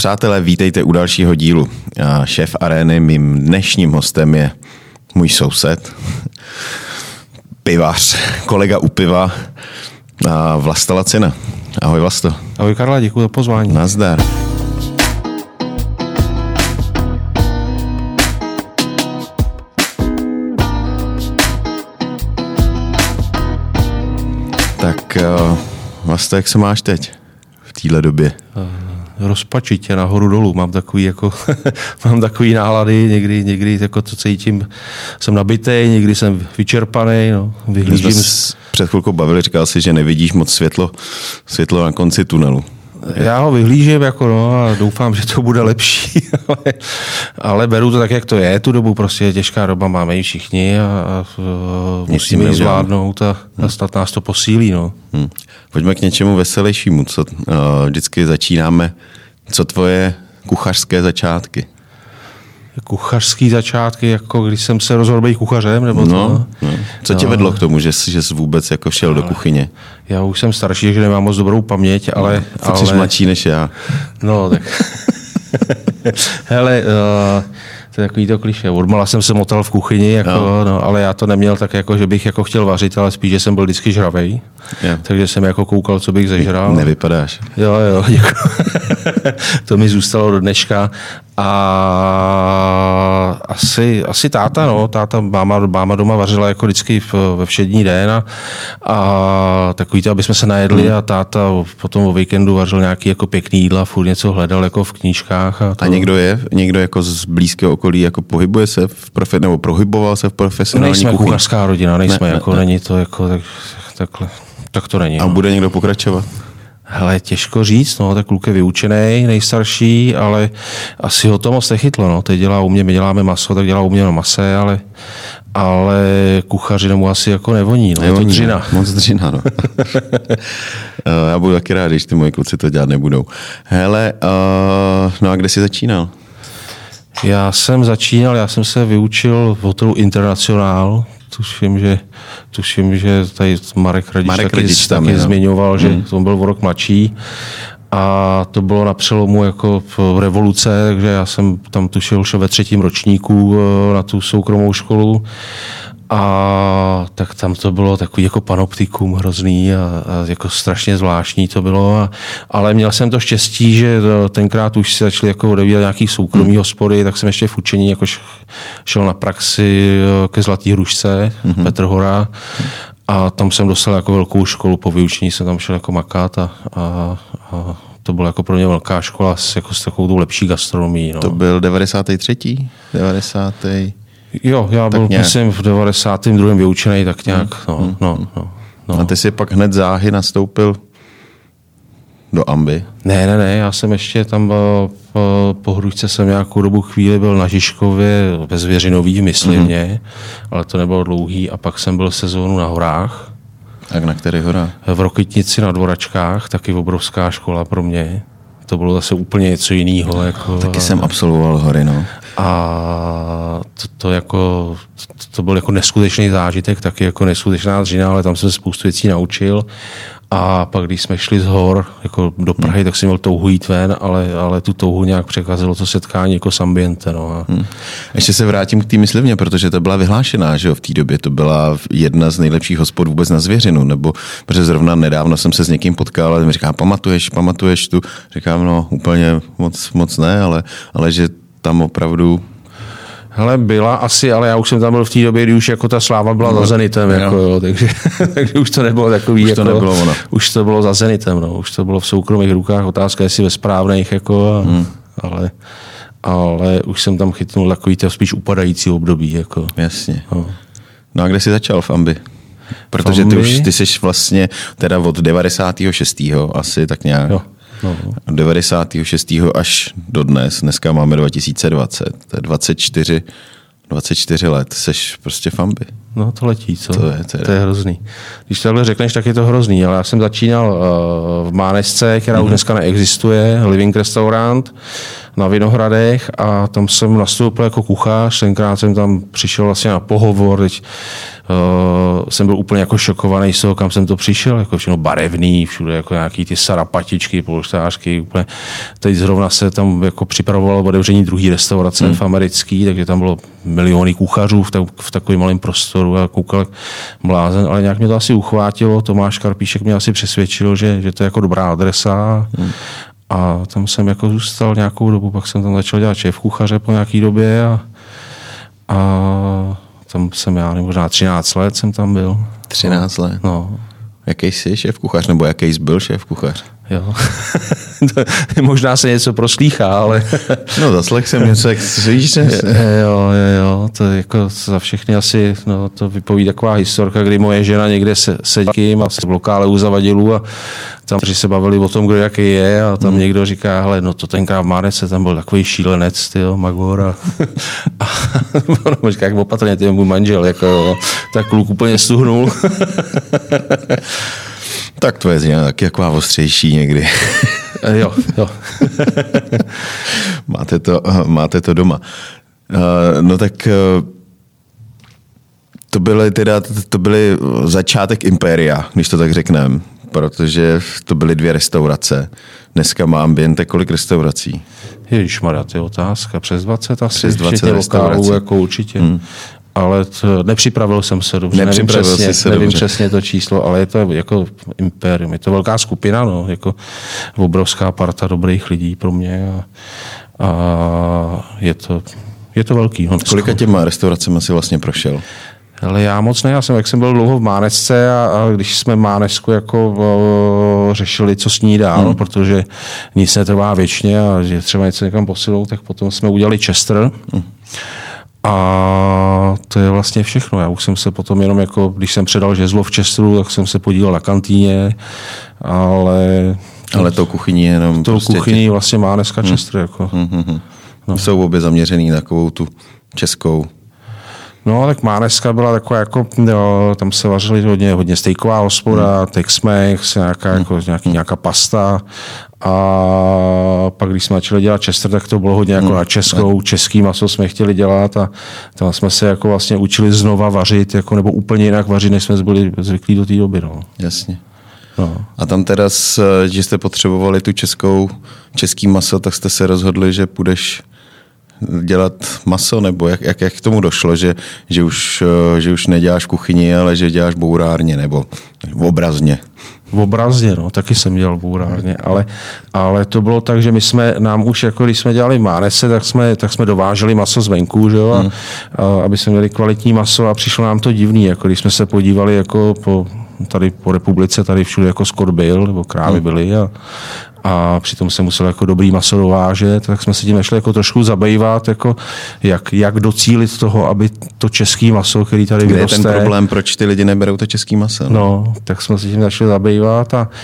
Přátelé, vítejte u dalšího dílu. Šéf arény, mým dnešním hostem je můj soused, pivař, kolega u piva, Vlasta Lacina. Ahoj Vlasto. Ahoj Karla, děkuji za pozvání. Nazdar. Tak Vlasto, jak se máš teď v téhle době? Rozpačitě nahoru dolů. Mám takový nálady, někdy jako to cítím, jsem nabitej, někdy jsem vyčerpaný, no, vyhlížím. My jsme před chvilkou bavili, říkal jsi, že nevidíš moc světlo na konci tunelu. Já ho vyhlížím jako, no, a doufám, že to bude lepší, ale beru to tak, jak to je. Tu dobu prostě je těžká doba, máme ji všichni a musíme ji zvládnout a snad nás to posílí. No. Pojďme k něčemu veselějšímu. Vždycky začínáme. Co tvoje kuchařské začátky? Kuchařský začátky, jako když jsem se rozhodl být kuchařem? Nebo no. Co tě vedlo k tomu, že jsi vůbec jako šel do kuchyně? Já už jsem starší, že nemám moc dobrou paměť, ale... Jsi mladší než já. No, tak... Hele, to je takový to klišé. Odmala jsem se motal v kuchyni, jako, no, ale já to neměl tak, jako, že bych jako chtěl vařit, ale spíš, že jsem byl vždycky žravej. Takže jsem jako koukal, co bych zežral. Nevypadáš. Jo, děkuji. To mi zůstalo do dneška. A asi táta, no. Táta, máma doma vařila jako vždycky ve všední den a takový to, aby jsme se najedli a táta potom o víkendu vařil nějaký jako pěkný jídla, furt něco hledal jako v knížkách. A někdo jako z blízkého okolí jako pohybuje se nebo prohyboval se v profesionální kuchyni? Nejsme kuchařská rodina, není to jako takhle. Tak to není. A bude někdo pokračovat? Hele, těžko říct, no, tak kluk je vyučený, nejstarší, ale asi ho to moc nechytlo, no. Teď dělá u mě, my děláme maso, tak dělá u mě na mase, ale kuchaři mu asi jako nevoní, no, je to dřina. Moc dřina, no. Já budu taky rád, když ty moji kluci to dělat nebudou. Hele, no a kde jsi začínal? Já jsem se vyučil v hotelu Internacionál. Tuším, že tady Marek Radič taky zmiňoval, že to byl o rok mladší. A to bylo na přelomu jako revoluce, takže já jsem tam šel ve 3. ročníku na tu soukromou školu. A tak tam to bylo takový jako panoptikum hrozný a jako strašně zvláštní to bylo. Ale měl jsem to štěstí, že tenkrát už se začaly jako odevírat nějaký soukromý hospody, tak jsem ještě v učení jako šel na praxi ke Zlatý hrušce, Petr Hora. A tam jsem dostal jako velkou školu, po vyučení jsem tam šel jako makat a to byla jako pro mě velká škola jako s takovou lepší gastronomií. No. To byl 93. 90. Jo, já byl, myslím, v 92. vyučený, tak nějak, no. A ty jsi pak hned záhy nastoupil do Amby? Ne, já jsem ještě tam po Hrušce jsem nějakou dobu chvíli byl na Žižkově ve Zvěřinový, myslím, ale to nebylo dlouhý a pak jsem byl sezónu na horách. A na kterých horách? V Rokytnici na Dvoračkách, taky obrovská škola pro mě. To bylo zase úplně něco jiného. Jako, taky jsem absolvoval hory, no. A to byl jako neskutečný zážitek, taky jako neskutečná dřina, ale tam jsem se spoustu věcí naučil. A pak, když jsme šli z hor jako do Prahy, tak jsem měl touhu jít ven, ale tu touhu nějak překazilo to setkání jako s ambientem. No. Ještě se vrátím k té myslivně, protože to byla vyhlášená, že jo, v té době. To byla jedna z nejlepších hospod vůbec na Zvěřinu, nebo protože zrovna nedávno jsem se s někým potkal a mi říká, pamatuješ tu? Říkám, no úplně moc ne, ale že tam opravdu... Hele, byla asi, ale já už jsem tam byl v té době, kdy už jako ta sláva byla za Zenitem, jako, jo, takže už to nebylo takový, už to nebylo ono. Už to bylo za Zenitem, no, už to bylo v soukromých rukách, otázka jestli ve správných, jako, ale už jsem tam chytnul takový to spíš upadající období, jako. Jasně. No a kde jsi začal v Ambi? Protože ty jsi vlastně teda od 96. asi tak nějak. Jo. No. 96. až do dneska máme 2020, to je 24 let, seš prostě v Ambi. No to letí, co? To je hrozný. Když to takhle řekneš, tak je to hrozný, ale já jsem začínal v Mánesce, která už dneska neexistuje, Living Restaurant, na Vinohradech a tam jsem nastoupil jako kuchař, tenkrát jsem tam přišel vlastně na pohovor, teď jsem byl úplně jako šokovaný z toho, kam jsem to přišel, jako všechno barevný, všude jako nějaký ty sarapatičky, polštářky, úplně. Teď zrovna se tam jako připravovalo otevření druhé restaurace v americký, takže tam bylo miliony kuchařů v takovém malém prostoru a koukal blázen, ale nějak mě to asi uchvátilo, Tomáš Karpíšek mě asi přesvědčil, že to je jako dobrá adresa. A tam jsem jako zůstal nějakou dobu, pak jsem tam začal dělat šéf kuchaře po nějaký době a tam jsem já, možná 13 let jsem tam byl. 13 let? No. Jaký jsi šéf kuchař, nebo jaký jsi byl šéf kuchař? Jo. Možná se něco proslýchá, ale... No zaslech jsem něco, jak víš. Jo, to je jako za všechny asi, no, to vypoví taková historka, kdy moje žena někde sedím a v lokále u Zavadilů a tam se bavili o tom, kdo jaký je a tam někdo říká, hele, no to tenkrát v Mánece, tam byl takový šílenec, tyjo, Magor a ono říká, jak opatrně, ty je můj manžel, jako, tak kluk úplně stuhnul. Tak to je žena taky taková ostřejší někdy. Jo. Máte to doma. No tak to byly začátek impéria, když to tak řekneme, protože to byly 2 restaurace. Dneska má Ambiente kolik restaurací? Ježišmarja, to je otázka. Přes 20 asi. Přes 20 restaurací. Jako určitě. Ale nepřipravil jsem se dobře. Nevím přesně to číslo, ale je to jako impérium. Je to velká skupina, no, jako obrovská parta dobrých lidí pro mě a je to velký. No. Kolika těma restauracemi si vlastně prošel? Ale já moc ne, jak jsem byl dlouho v Mánesce a když jsme Mánesku jako řešili, co s ní dál, protože nic netrvá věčně a že třeba něco někam posilou, tak potom jsme udělali Chester. A to je vlastně všechno. Já už jsem se potom jenom jako, když jsem předal žezlo v Chesteru, tak jsem se podílel na kantýně, ale tou kuchyní jenom prostě kuchyní vlastně má dneska Chester. Jako. No. Jsou obě zaměřený na takovou tu českou. No, tak Máneska byla taková jako, jo, tam se vařili hodně stejková hospoda, Tex-Mex, nějaká pasta a pak když jsme začali dělat Chester, tak to bylo hodně jako na český maso jsme chtěli dělat a tam jsme se jako vlastně učili znova vařit, jako, nebo úplně jinak vařit, než jsme byli zvyklí do té doby. No. Jasně. No. A tam teda, že jste potřebovali tu český maso, tak jste se rozhodli, že půjdeš dělat maso, nebo jak k tomu došlo, že už neděláš v kuchyni, ale že děláš bourárně, nebo obrazně? V obrazně, no, taky jsem dělal bourárně, ale to bylo tak, že nám už, jako když jsme dělali v Mánese, tak jsme dováželi maso zvenku, že jo, a aby jsme měli kvalitní maso a přišlo nám to divný, jako když jsme se podívali jako tady po republice, tady všude jako skot byl, nebo krávy byly a přitom se musel jako dobrý maso dovážet, tak jsme se tím nešli jako trošku zabývat, jako jak docílit toho, aby to český maso, který tady vyroste. Kde je ten problém, proč ty lidi neberou to český maso? No, tak jsme se tím začali zabývat a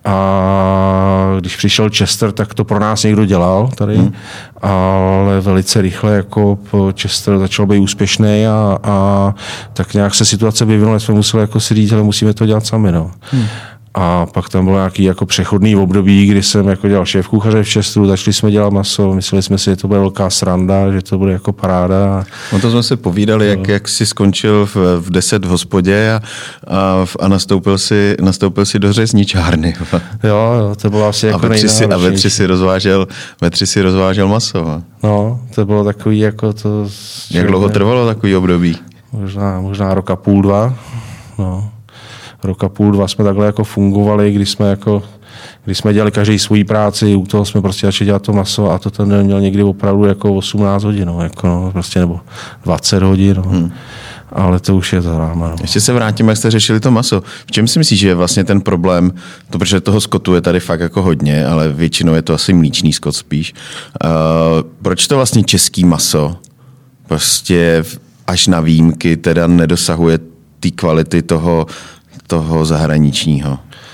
když přišel Chester, tak to pro nás někdo dělal tady, ale velice rychle jako Chester začal být úspěšný a tak nějak se situace vyvinula, jsme museli jako si říct, ale musíme to dělat sami. No. A pak tam bylo nějaký jako přechodný období, kdy jsem jako dělal šéf kuchaře v Chesteru, začali jsme dělat maso, mysleli jsme si, že to bude velká sranda, že to bude jako paráda. No to jsme se povídali, jak jsi skončil v 10 v hospodě a nastoupil si do řezničárny. Jo, to bylo asi jako nejnáročnější. A ve 3 si rozvážel maso. No, to bylo takový jako to... Jak dlouho trvalo takový období? Možná rok a půl, 2. No. Rok a půl, 2 jsme takhle jako fungovali, když jsme dělali každý svou práci, u toho jsme prostě začali dělat to maso a to ten den měl někdy opravdu jako 18 hodin, prostě nebo 20 hodin. Ale to už je za náma. No. Ještě se vrátím, jak jste řešili to maso. V čem si myslíš, že je vlastně ten problém? Protože toho skotu je tady fakt jako hodně, ale většinou je to asi mlíčný skot spíš. Proč to vlastně český maso prostě až na výjimky teda nedosahuje té kvality toho zahraničního?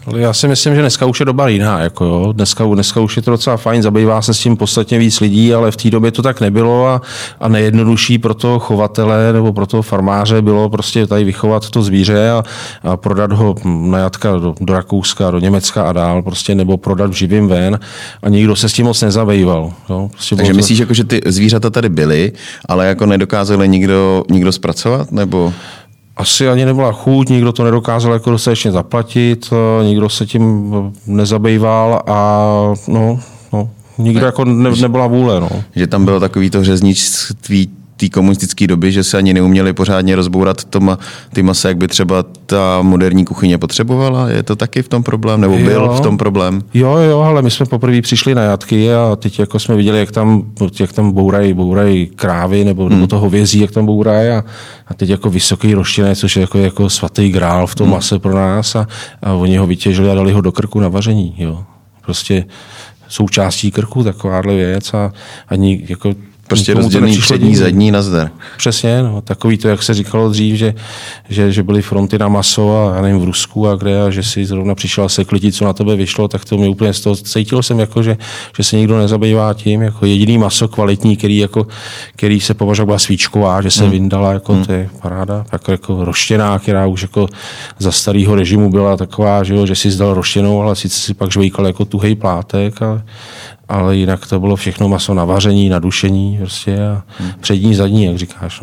Ale já si myslím, že dneska už je doba jiná. Jako jo. Dneska už je to docela fajn, zabývá se s tím podstatně víc lidí, ale v té době to tak nebylo a nejjednodušší pro toho chovatele nebo pro toho farmáře bylo prostě tady vychovat to zvíře a prodat ho na jatka do Rakouska, do Německa a dál, prostě, nebo prodat v živým ven a nikdo se s tím moc nezabýval. Jo. Prostě takže myslíš, jako, že ty zvířata tady byly, ale jako nedokázali nikdo zpracovat? Nebo... Asi ani nebyla chuť, nikdo to nedokázal jako dostatečně zaplatit, nikdo se tím nezabýval a nikdo jako nebyla vůle. No. Že tam bylo takový to řezničství té komunistické doby, že se ani neuměli pořádně rozbourat ty masa, jak by třeba ta moderní kuchyně potřebovala? Je to taky v tom problém? Nebo byl v tom problém? Jo, ale my jsme poprvé přišli na jatky a teď jako jsme viděli, jak tam bourají krávy nebo to hovězí, jak tam bourají a teď jako vysoký roštěnec, což je jako svatý grál v tom mase pro nás a oni ho vytěžili a dali ho do krku na vaření. Jo. Prostě součástí krku takováhle věc a ani jako prostě rozdělený přední, zadní, nazdar. Přesně, no, takový to, jak se říkalo dřív, že byly fronty na maso a já nevím, v Rusku a kde a že si zrovna přišel seklití, co na tebe vyšlo, tak to mě úplně z toho cítil jsem, jako, že se nikdo nezabývá tím, jako jediný maso kvalitní, který se považovala svíčková, že se vyndala, jako to je paráda, jako roštěná, která už jako za starého režimu byla taková, že si zdal roštěnou, ale sice si pak žvejkal jako tuhej plátek ale jinak to bylo všechno maso na vaření, na dušení prostě a přední, zadní, jak říkáš.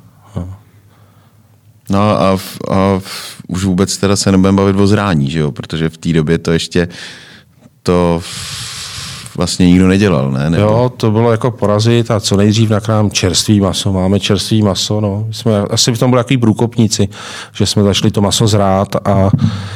No a už vůbec teda se nebudeme bavit o zrání, že jo? Protože v té době to ještě vlastně nikdo nedělal, ne? Nebo... Jo, to bylo jako porazit a co nejdřív nakrám čerstvý maso. Máme čerstvý maso, no. Jsme asi v tom byli takový průkopníci, že jsme začali to maso zrát a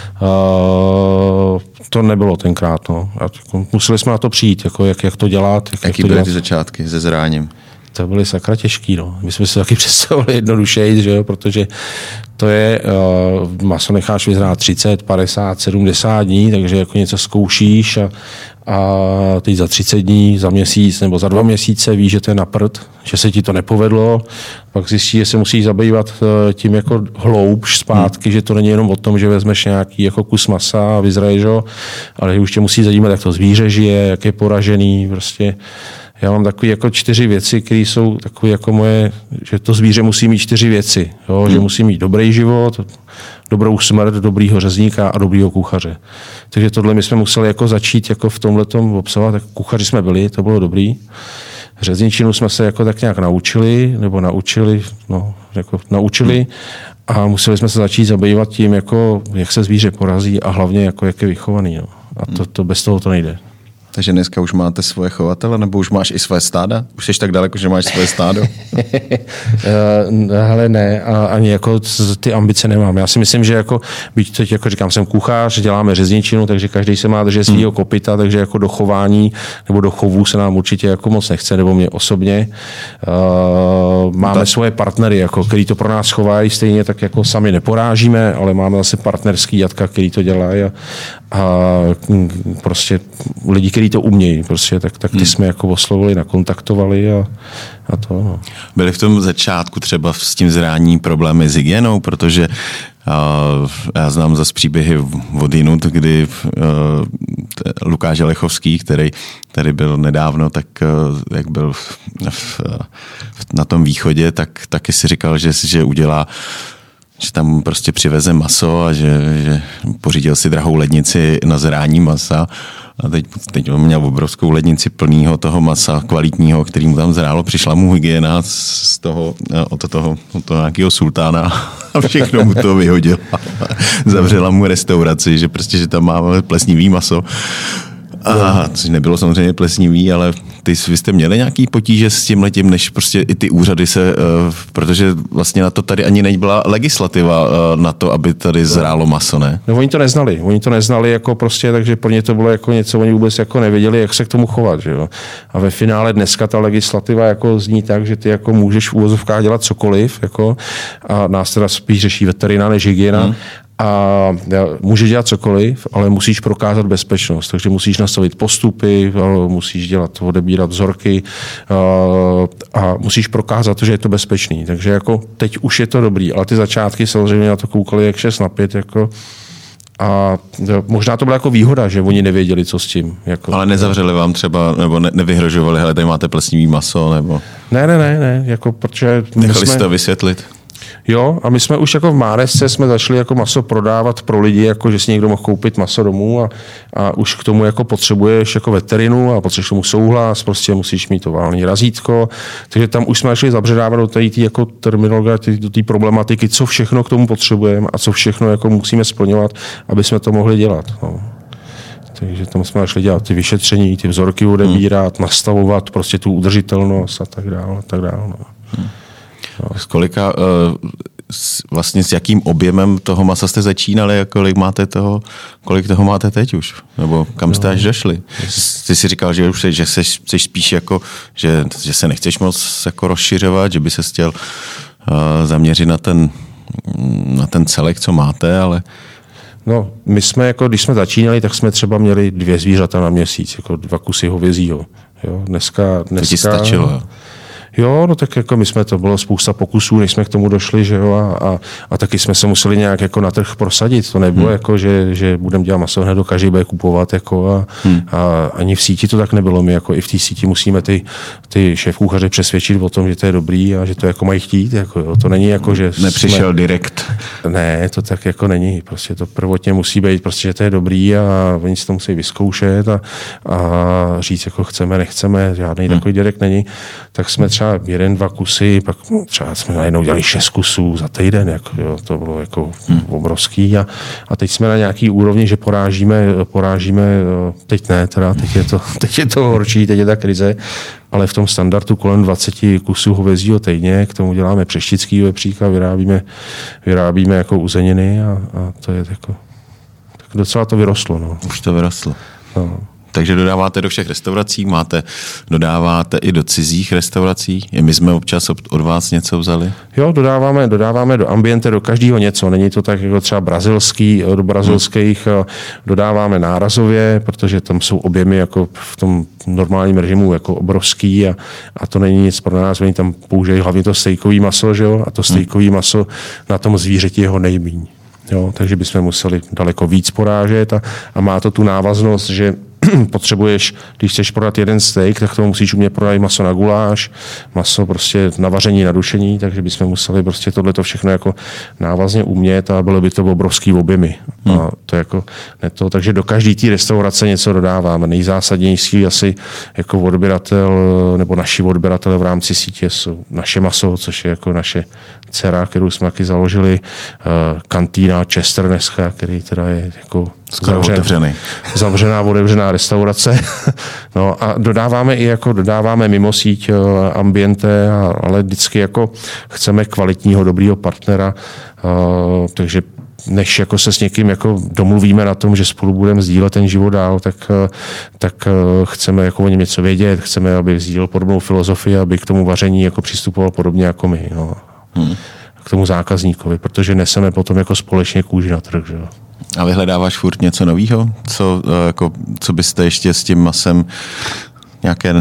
to nebylo tenkrát, no. A museli jsme na to přijít, jako jak to dělat. Jaký byly ty začátky se zráním? To byly sakra těžký, no. My jsme si taky představili jednodušeji, že jo, protože to je, maso necháš vyzrát 30, 50, 70 dní, takže jako něco zkoušíš a teď za 30 dní, za měsíc nebo za 2 měsíce víš, že to je na prd, že se ti to nepovedlo, pak zjistíš, že se musíš zabývat tím jako hloubš zpátky, že to není jenom o tom, že vezmeš nějaký jako kus masa a vyzraješ ho, ale už tě musí zajímat, jak to zvíře žije, jak je poražený, prostě. Já mám takové jako 4 věci, které jsou takové jako moje, že to zvíře musí mít 4 věci. Jo? Že musí mít dobrý život, dobrou smrt, dobrýho řezníka a dobrýho kuchaře. Takže tohle my jsme museli jako začít jako v tomhletom obsahovat. Tak kuchaři jsme byli, to bylo dobrý. Řezničinu jsme se jako tak nějak naučili a museli jsme se začít zabývat tím, jako, jak se zvíře porazí a hlavně jako, jak je vychovaný. No. A to bez toho to nejde. Takže dneska už máte svoje chovatele, nebo už máš i svoje stáda? Už jsi tak daleko, že máš svoje stádo? Hele ne, ani jako ty ambice nemám. Já si myslím, že jako, byť teď jako říkám, jsem kuchař, děláme řezničinu, takže každý se má držet svýho kopyta, takže jako do chování nebo do chovů se nám určitě jako moc nechce, nebo mě osobně. Máme svoje partnery, jako, který to pro nás chovají, stejně tak jako sami neporážíme, ale máme zase partnerský jatka, který to dělají a prostě lidi, kteří to umějí, prostě, tak ty jsme jako oslovili, nakontaktovali a to. No. Byly v tom začátku třeba s tím zráním problémy s hygienou, protože já znám zase příběhy od jinut, kdy Lukáš Alechovský, který tady byl nedávno, tak jak byl na tom východě, tak taky si říkal, že udělá, že tam prostě přiveze maso a že pořídil si drahou lednici na zrání masa. A teď on měl obrovskou lednici plného toho masa, kvalitního, který mu tam zrálo. Přišla mu hygiena od toho nějakého sultána a všechno mu to vyhodila. Zavřela mu restauraci, že prostě, že tam máme plesnivý maso. A což nebylo samozřejmě plesnivý, ale vy jste měli nějaký potíže s tímhletím, než prostě i ty úřady protože vlastně na to tady ani nebyla legislativa na to, aby tady zrálo maso, ne? No oni to neznali jako prostě, takže pro ně to bylo jako něco, oni vůbec jako nevěděli, jak se k tomu chovat, že jo. A ve finále dneska ta legislativa jako zní tak, že ty jako můžeš v úvozovkách dělat cokoliv, jako, a nás teda spíš řeší veterina než hygiena. A můžeš dělat cokoliv, ale musíš prokázat bezpečnost. Takže musíš nastavit postupy, musíš odebírat vzorky a musíš prokázat, že je to bezpečný. Takže jako teď už je to dobrý, ale ty začátky samozřejmě na to koukali jak 6/5 jako A možná to byla jako výhoda, že oni nevěděli, co s tím. Jako, ale nezavřeli vám třeba, nebo nevyhrožovali, hele, tady máte plesnivý maso, nebo... Ne, jako protože... Nechali jste to vysvětlit? Jo, a my jsme už jako v Máresce jsme začali jako maso prodávat pro lidi, jako že si někdo mohl koupit maso domů a už k tomu jako potřebuješ jako veterinu a potřebuješ tomu souhlas, prostě musíš mít to válný razítko, takže tam už jsme začali zabředávat do té jako terminologie, do té problematiky, co všechno k tomu potřebujeme a co všechno jako musíme splňovat, aby jsme to mohli dělat. No. Takže tam jsme začali dělat ty vyšetření, ty vzorky odebírat, nastavovat prostě tu udržitelnost a tak dále. No. Z kolika, vlastně s jakým objemem toho masa jste začínali a kolik toho máte teď už? Nebo kam jste až došli? Ty jsi říkal, že už že jsi spíš jako, že se nechceš moc jako rozšiřovat, že by se chtěl zaměřit na ten celek, co máte, ale... No, my jsme jako, když jsme začínali, tak jsme třeba měli 2 zvířata na měsíc, jako 2 kusy hovězího. Jo, dneska... To ti stačilo, Jo, no tak jako my jsme, to bylo spousta pokusů, než jsme k tomu došli, že jo, a taky jsme se museli nějak jako na trh prosadit. To nebylo jako, že budeme dělat maso hned, každý bude kupovat, jako a ani v síti to tak nebylo. My jako i v té síti musíme ty šéfkuchaře přesvědčit o tom, že to je dobrý a že to jako mají chtít, jako jo. To není jako, že nepřišel direkt. Ne, to tak jako není. Prostě to prvotně musí být, prostě, že to je dobrý a oni si to musí vyzkoušet a říct, jako chceme, nechceme, žádný takový direkt není. Tak jsme třeba 1-2 kusy, pak třeba jsme najednou dělali 6 kusů za týden, jako, jo, to bylo jako obrovský a teď jsme na nějaký úrovni, že porážíme, teď ne, teda, teď je to horší, teď je ta krize, ale v tom standardu kolem 20 kusů hovězího týdně, k tomu děláme přeštický vepříka, vyrábíme jako uzeniny a to je jako, tak docela to vyrostlo. No. Už to vyrostlo. No. Takže dodáváte do všech restaurací, dodáváte i do cizích restaurací? I my jsme občas od vás něco vzali? Jo, dodáváme do ambiente, do každého něco. Není to tak jako třeba do brazilských dodáváme nárazově, protože tam jsou objemy jako v tom normálním režimu jako obrovský a to není nic pro nás. Oni tam použijí hlavně to stejkový maso, že jo? A to stejkový maso na tom zvířeti je ho nejmíň. Jo, takže bychom museli daleko víc porážet a má to tu návaznost, že potřebuješ, když chceš prodat jeden steak, tak tomu musíš umět prodat maso na guláš, maso prostě na vaření, na dušení, takže bychom museli prostě tohleto všechno jako návazně umět a bylo by to obrovský objemy. A to jako neto, takže do každé té restaurace něco dodáváme. Nejzásadnější asi jako odběratel nebo naši odběratel v rámci sítě jsou naše maso, což je jako naše dcera, kterou jsme taky založili, kantýna Chester dneska, který teda je jako zavřená otevřená restaurace. No a dodáváme mimo síť ambiente, ale vždycky jako chceme kvalitního, dobrýho partnera, takže než jako se s někým jako domluvíme na tom, že spolu budeme sdílet ten život dál, tak chceme jako o něm něco vědět, chceme, aby sdílel podobnou filozofii, aby k tomu vaření jako přistupoval podobně jako my. No. K tomu zákazníkovi, protože neseme potom jako společně kůži na trh. Že? A vyhledáváš furt něco nového? Co byste ještě s tím masem nějaké...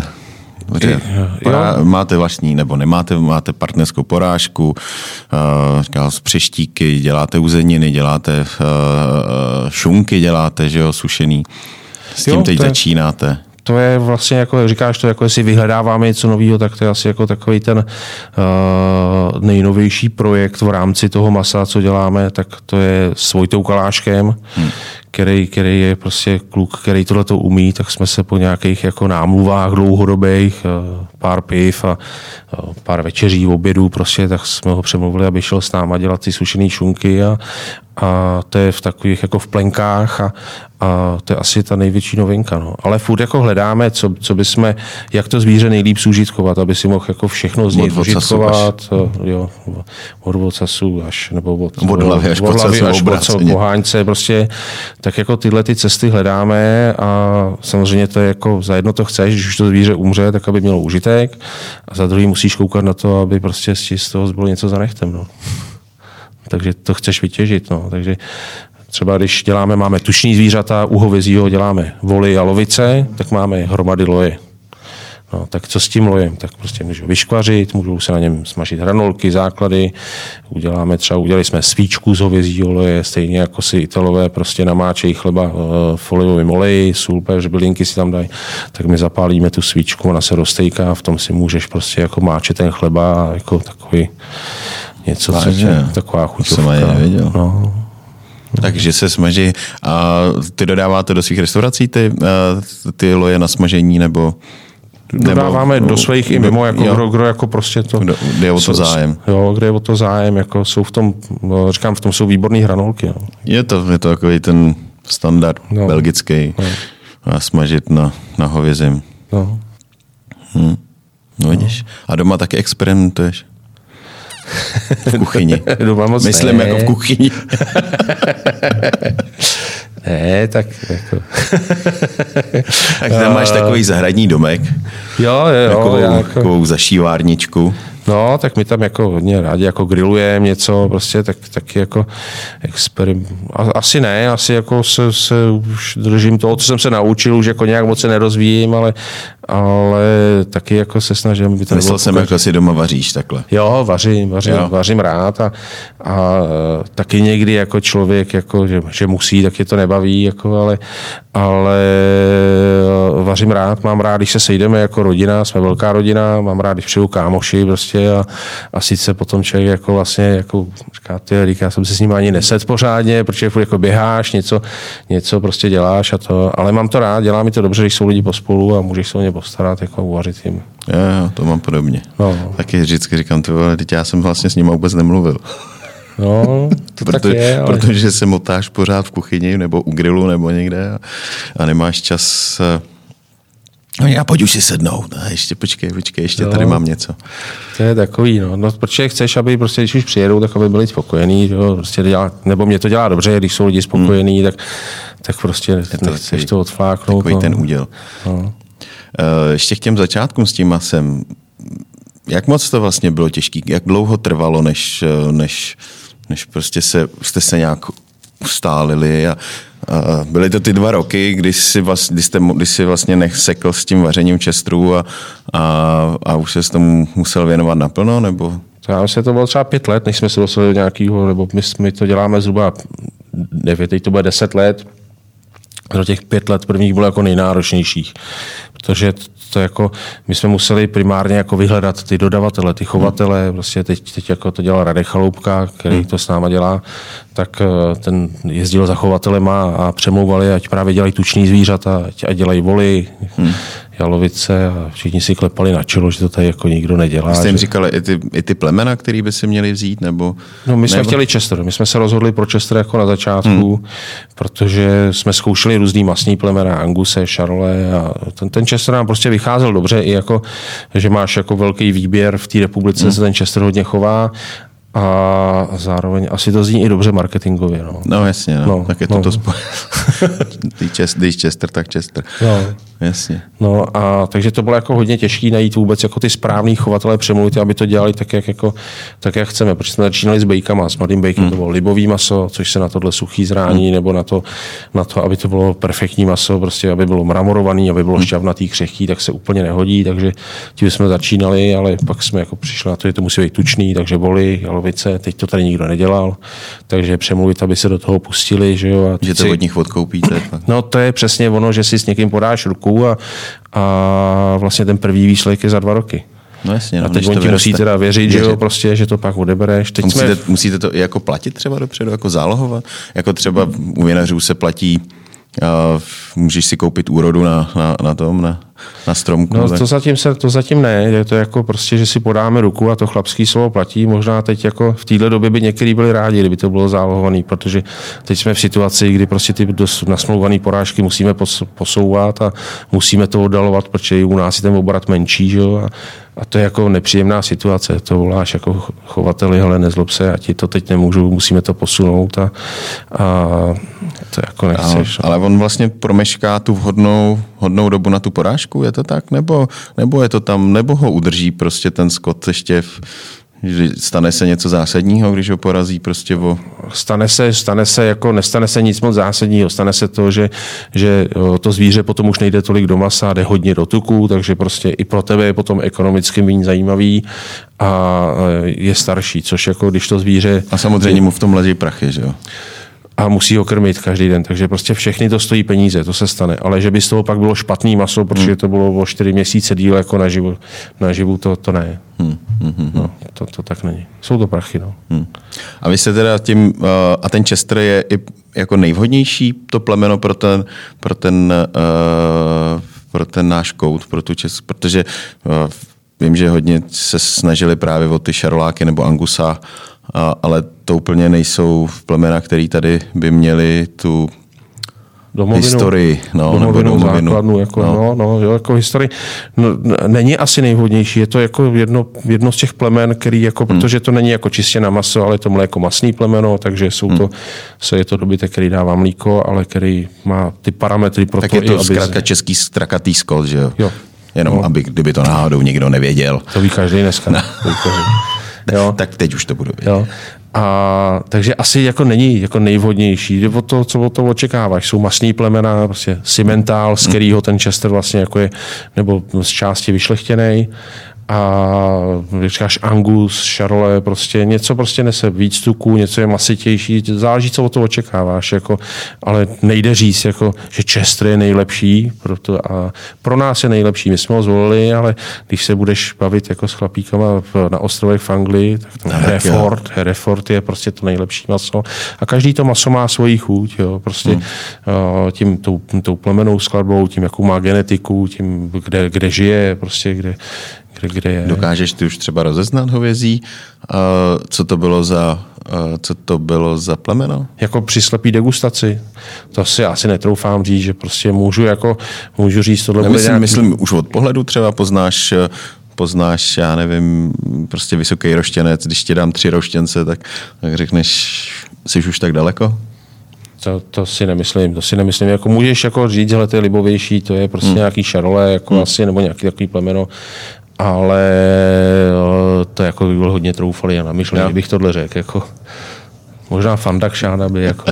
Máte vlastní, nebo nemáte, máte partnerskou porážku, z přeštíky, děláte uzeniny, děláte šunky, děláte, že jo, sušený. S tím teď začínáte. To je vlastně, jako jak říkáš, to jako jestli vyhledáváme něco nového, tak to je asi jako takový ten nejnovější projekt v rámci toho masa, co děláme, tak to je s Vojtou Kaláškem, který je prostě kluk, který tohleto umí, tak jsme se po nějakých jako námluvách dlouhodobých, pár piv a pár večeří, obědů prostě, tak jsme ho přemluvili, aby šel s náma dělat ty sušený šunky a to je v takových jako v plenkách a to je asi ta největší novinka. No. Ale furt jako hledáme, co bychom, jak to zvíře nejlíp zúžitkovat, aby si mohl jako všechno z něj zúžitkovat. Od ocasu až, nebo od hlavy až po poháňce, prostě. Tak jako tyhle ty cesty hledáme a samozřejmě to je jako za jedno to chceš, když už to zvíře umře, tak aby mělo užitek a za druhý musíš koukat na to, aby prostě z toho zbylo něco za nechtem. No. Takže to chceš vytěžit. No. Takže třeba když máme tučný zvířata, u hovězího děláme voly a lovice, tak máme hromady loje. No, tak co s tím lojem? Tak prostě můžu vyškvařit, můžou se na něm smažit hranolky, základy, udělali jsme svíčku z hovězího oleje, stejně jako si Italové prostě namáčejí chleba foliovým oleji, sůl, peř, bylinky si tam dají, tak my zapálíme tu svíčku, ona se roztejká, v tom si můžeš prostě jako máčet ten chleba, jako takový něco, taková chuťovka. To jsem ani nevěděl. No. Takže se smaží. A ty dodáváte do svých restaurací ty loje na smažení, nebo... Dodáváme do svých i mimo, jako kdo jako prostě to... Kde je o to zájem. Jo, kde je o to zájem, jako jsou v tom, říkám, v tom jsou výborný hranolky. Jo. Je to takový ten standard belgický. A smažit na hovězím. No. No vidíš. A doma taky experimentuješ? V kuchyni. Doma moc myslím jako v kuchyni. Ne, tak jako... Tak tam máš takový zahradní domek. Jo. Takovou zašívárničku. No, tak my tam jako hodně rádi jako grillujeme něco, prostě taky jako asi ne, asi jako se už držím toho, co jsem se naučil, už jako nějak moc se nerozvíjím, ale taky jako se snažím. Myslel jsem, jako si doma vaříš takhle. Jo, vařím rád a taky někdy jako člověk, jako, že musí, tak je to nebaví, jako, ale vařím rád, mám rád, když se sejdeme jako rodina, jsme velká rodina, mám rád, když přijdu kámoši prostě a sice potom člověk jako vlastně jako říká, jsem se s ním ani neset pořádně, protože jako běháš, něco prostě děláš a to, ale mám to rád, dělá mi to dobře, když jsou lidi pospolu a můžeš se o ně postarat jako a uvařit jim. Jo, to mám podobně. No. Taky vždycky říkám, teď já jsem vlastně s ním vůbec nemluvil. No, to tak je, ale... Protože se motáš pořád v kuchyni nebo u grilu nebo někde a nemáš čas. No já pojď už si sednout. Ještě počkej, ještě tady mám něco. To je takový, no protože chceš, aby prostě, když už přijedou, tak aby byli spokojení, jo, prostě nebo mě to dělá dobře, když jsou lidi spokojení, tak prostě nechceš to odfláknout. Takový ten úděl. No. Ještě k těm začátkům s tím masem. Jak moc to vlastně bylo těžký? Jak dlouho trvalo, než prostě jste se nějak ustálili a byly to ty 2 roky, kdy jsi vlastně nesekl s tím vařením čestrů a už se tomu musel věnovat naplno, nebo? Já myslím, to bylo třeba 5 let, než jsme se dostali do nějakého, nebo my to děláme zhruba 9, teď to bude 10 let. Do těch 5 let prvních bylo jako nejnáročnějších, protože to jako, my jsme museli primárně jako vyhledat ty dodavatele, ty chovatele, prostě teď jako to dělal Radek Chaloupka, který to s náma dělá, tak ten jezdil za chovatelema a přemlouvali, ať právě dělají tučný zvířata, ať dělají voly, jalovice a všichni si klepali na čelo, že to tady jako nikdo nedělá. Jste jim říkali i ty plemena, který by si měli vzít, nebo? No my jsme chtěli Chester, my jsme se rozhodli pro Chester jako na začátku, protože jsme zkoušeli různý masní plemena, Anguse, Charolais a ten Chester nám prostě vycházel dobře, i jako, že máš jako velký výběr v té republice, se ten Chester hodně chová. A zároveň asi to zní i dobře marketingově. No jasně, no. Tak je to když Chester, tak Chester. No. Jasně. No a takže to bylo jako hodně těžké najít vůbec jako ty správný chovatele přemluvit, aby to dělali tak, jak chceme. Protože jsme začínali s bejkama, s mladým bejkem to bylo libový maso, což se na tohle suchý zrání, nebo na to, aby to bylo perfektní maso, prostě aby bylo mramorovaný, aby bylo šťavnatý, křehký, tak se úplně nehodí, takže tím jsme začínali, ale pak jsme jako přišli na to, že to musí být tučný, takže voly, jalovice, teď to tady nikdo nedělal, takže přemluvit, aby se do toho pustili, že jo. Že to od nich odkoupíte. No to je přesně ono, že si s někým podáš ruku a vlastně ten první výsledek je za 2 roky. No jasně, a teď on ti musí teda věřit, že jo, prostě, že to pak odebereš. Teď musíte to i jako platit třeba dopředu, jako zálohovat? Jako třeba u vinařů se platí, můžeš si koupit úrodu na stromku. No to zatím ne, je to jako prostě, že si podáme ruku a to chlapský slovo platí. Možná teď jako v téhle době by některý byli rádi, kdyby to bylo zálohovaný, protože teď jsme v situaci, kdy prostě ty nasmlouvané porážky musíme posouvat a musíme to oddalovat, protože u nás je ten obrat menší, že jo, a to je jako nepříjemná situace. To voláš jako chovateli, hele, nezlob se, a ti to teď nemůžu, musíme to posunout a to jako nechceš. Ale on vlastně promešká tu vhodnou dobu na tu porážku, je to tak? Nebo je to tam, nebo ho udrží prostě ten skot ještě Že stane se něco zásadního, když ho porazí prostě o... Stane se, jako nestane se nic moc zásadního. Stane se to, že to zvíře potom už nejde tolik do masa, jde hodně do tuku, takže prostě i pro tebe je potom ekonomicky méně zajímavý a je starší, což jako když to zvíře... A samozřejmě mu v tom leží prachy, že jo? A musí ho krmit každý den, takže prostě všechny to stojí peníze, to se stane. Ale že by z toho pak bylo špatný maso, protože to bylo o 4 měsíce díl jako naživu, to ne. No, to tak není. Jsou to prachy, no. A vy se teda tím, a ten Chester je i jako nejvhodnější to plemeno pro ten náš kout, pro tu protože vím, že hodně se snažili právě o ty šaroláky nebo angusa, ale to úplně nejsou plemena, který tady by měli tu historii. Domovinu, základnu, jako historii. Není asi nejvhodnější, je to jako jedno z těch plemen, který jako, protože to není jako čistě na maso, ale je to mléko masný plemeno, takže je to dobytek, který dává mlíko, ale který má ty parametry pro tak to. Tak je to zkrátka český strakatý skot, že jo? Jenom, kdyby to náhodou nikdo nevěděl. To ví každý dneska. No. Tak teď už to budu vědět. Jo. Takže asi jako není jako nejvhodnější. Jde o to, co od toho očekáváš. Jsou masný plemena, prostě cimentál, z kterého ten Chester vlastně jako je, nebo z části vyšlechtěnej. A když říkáš Angus, Charolais, prostě něco prostě nese víc tuků, něco je masitější, záleží, co od toho očekáváš, jako, ale nejde říct, jako, že Chester je nejlepší, pro nás je nejlepší, my jsme ho zvolili, ale když se budeš bavit jako s chlapíkama na ostrovech v Anglii, tak Hereford je prostě to nejlepší maso a každý to maso má svoji chuť, jo, prostě tím tou plemennou skladbou, tím, jakou má genetiku, tím, kde žije, prostě kde je. Dokážeš ty už třeba rozeznat hovězí, co to bylo za plemeno? Jako při slepý degustaci. To si asi netroufám říct, že prostě můžu říct tohle. Myslím, už od pohledu třeba poznáš, já nevím, prostě vysoký roštěnec, když ti dám 3 roštěnce, tak řekneš, jsi už tak daleko? To si nemyslím. Jako můžeš jako říct, že to je libovější, to je prostě nějaký Charolais, jako asi, nebo nějaký takový plemeno, ale to jako by byl hodně troufalý a namyšlený, kdybych tohle řekl. Jako, možná Fandakšána by jako...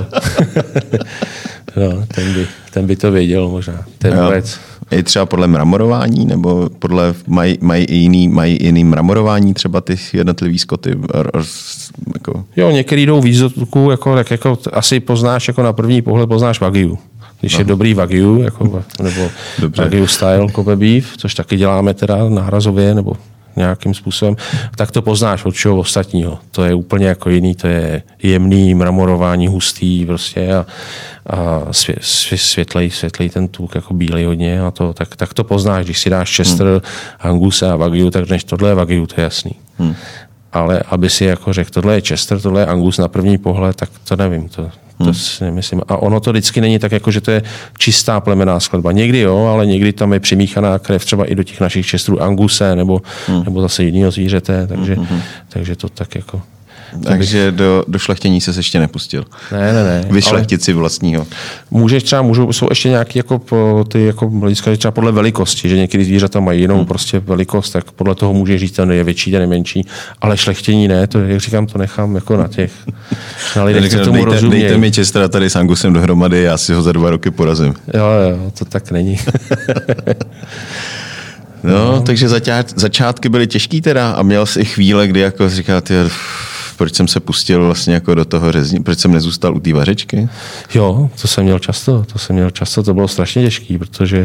no, ten by to věděl možná. Ten vůbec. Je třeba podle mramorování, nebo mají jiný mramorování třeba ty jednotlivý skoty? Jako... Jo, některý jdou víc do tuku, jako asi poznáš, jako na první pohled poznáš Wagyu. Když je dobrý Wagyu, nebo Wagyu style Kobe beef, což taky děláme teda nárazově, nebo nějakým způsobem, tak to poznáš od čeho ostatního. To je úplně jako jiný, to je jemný mramorování, hustý prostě a světlej ten tuk, jako bílej hodně a to, tak to poznáš, když si dáš Chester, Angus a Wagyu, tak než tohle je Wagyu, to je jasný. Ale aby si jako řekl, tohle je Chester, tohle je Angus na první pohled, tak to nevím, to si nemyslím. A ono to vždycky není tak, jako, že to je čistá plemenná skladba. Někdy jo, ale někdy tam je přimíchaná krev třeba i do těch našich Chesterů Anguse nebo zase jiného zvířete, takže to tak jako... Takže do šlechtění se ještě nepustil. Ne. Vyšlechtit si vlastního. Jsou ještě nějaké jako ty jako hlediska třeba podle velikosti, že některé zvířata mají jinou prostě velikost, tak podle toho může říct, ten je větší, ten je menší, ale šlechtění ne, to jak říkám, to nechám jako na těch. Na lidech, co tomu rozumějí. Dejte mi Chestera tady s Angusem dohromady, já si ho za 2 roky porazím. Jo, to tak není. No, takže začátky byly těžký teda a měl jsi i chvíle, kdy jako říkal, proč jsem se pustil vlastně jako do toho řezní, proč jsem nezůstal u té vařečky? Jo, to jsem měl často, to bylo strašně těžký, protože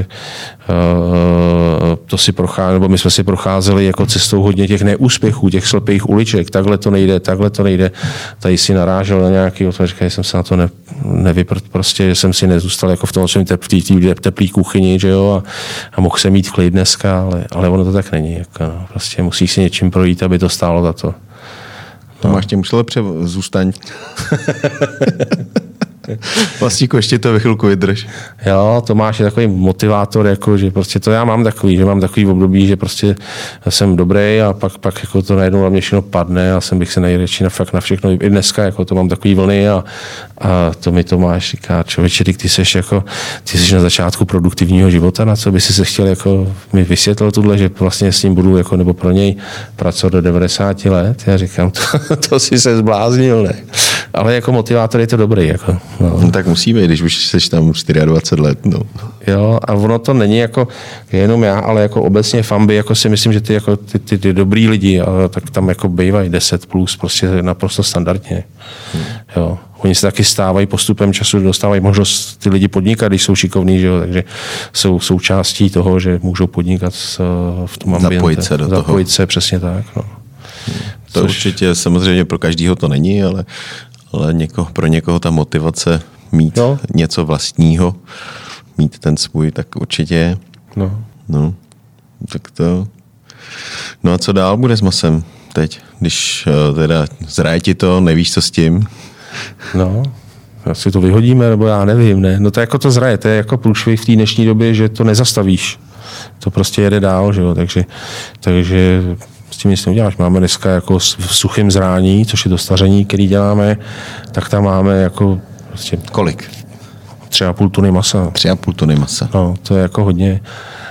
my jsme si procházeli jako cestou hodně těch neúspěchů, těch slepých uliček, takhle to nejde, tady si narážel na nějaký otvořka, jsem se na to prostě jsem si nezůstal jako v tom teplý kuchyni, že jo, a mohl jsem mít klid dneska, ale ono to tak není, jako, no, prostě musíš si něčím projít, aby to stálo za to. Tomáš tě musel zůstaň. Vlastníku, ještě to ve chvilku vydrž. Jo, Tomáš je takový motivátor, jako, že prostě to já mám takový, že mám takový období, že prostě jsem dobrý a pak jako to najednou na mě všechno padne a jsem bych se nejradši fakt na všechno, i dneska jako to mám takový vlny a to mi Tomáš říká, člověče, ty jsi na začátku produktivního života, na co by si se chtěl jako mi vysvětlil tuhle, že vlastně s ním budu jako, nebo pro něj pracovat do 90 let. Já říkám, to si se zbláznil, ne? Ale jako motivátor je to dobrý. Jako, no, tak musí být, když už jsi tam 24 let. No. Jo, a ono to není jako jenom já, ale jako obecně fanby, jako si myslím, že ty dobrý lidi, tak tam jako bývají 10+, prostě naprosto standardně. Jo. Oni se taky stávají postupem času, dostávají možnost ty lidi podnikat, když jsou šikovní, že jo? Takže jsou součástí toho, že můžou podnikat v tom ambiente. Zapojit se, přesně tak. No. To určitě samozřejmě pro každého to není, ale pro někoho ta motivace mít něco vlastního, mít ten svůj, tak určitě. No, tak to. No a co dál bude s masem teď, když teda zraje ti to, nevíš, co s tím? No, asi to vyhodíme, nebo já nevím, ne? No to jako to zraje, to je jako průšvih v té dnešní době, že to nezastavíš. To prostě jede dál, že jo, takže s tím nic neuděláš. Máme dneska jako v suchém zrání, což je to staření, který děláme, tak tam máme jako prostě... Kolik? 3,5 tuny masa. 3,5 tuny masa. No, to je jako hodně.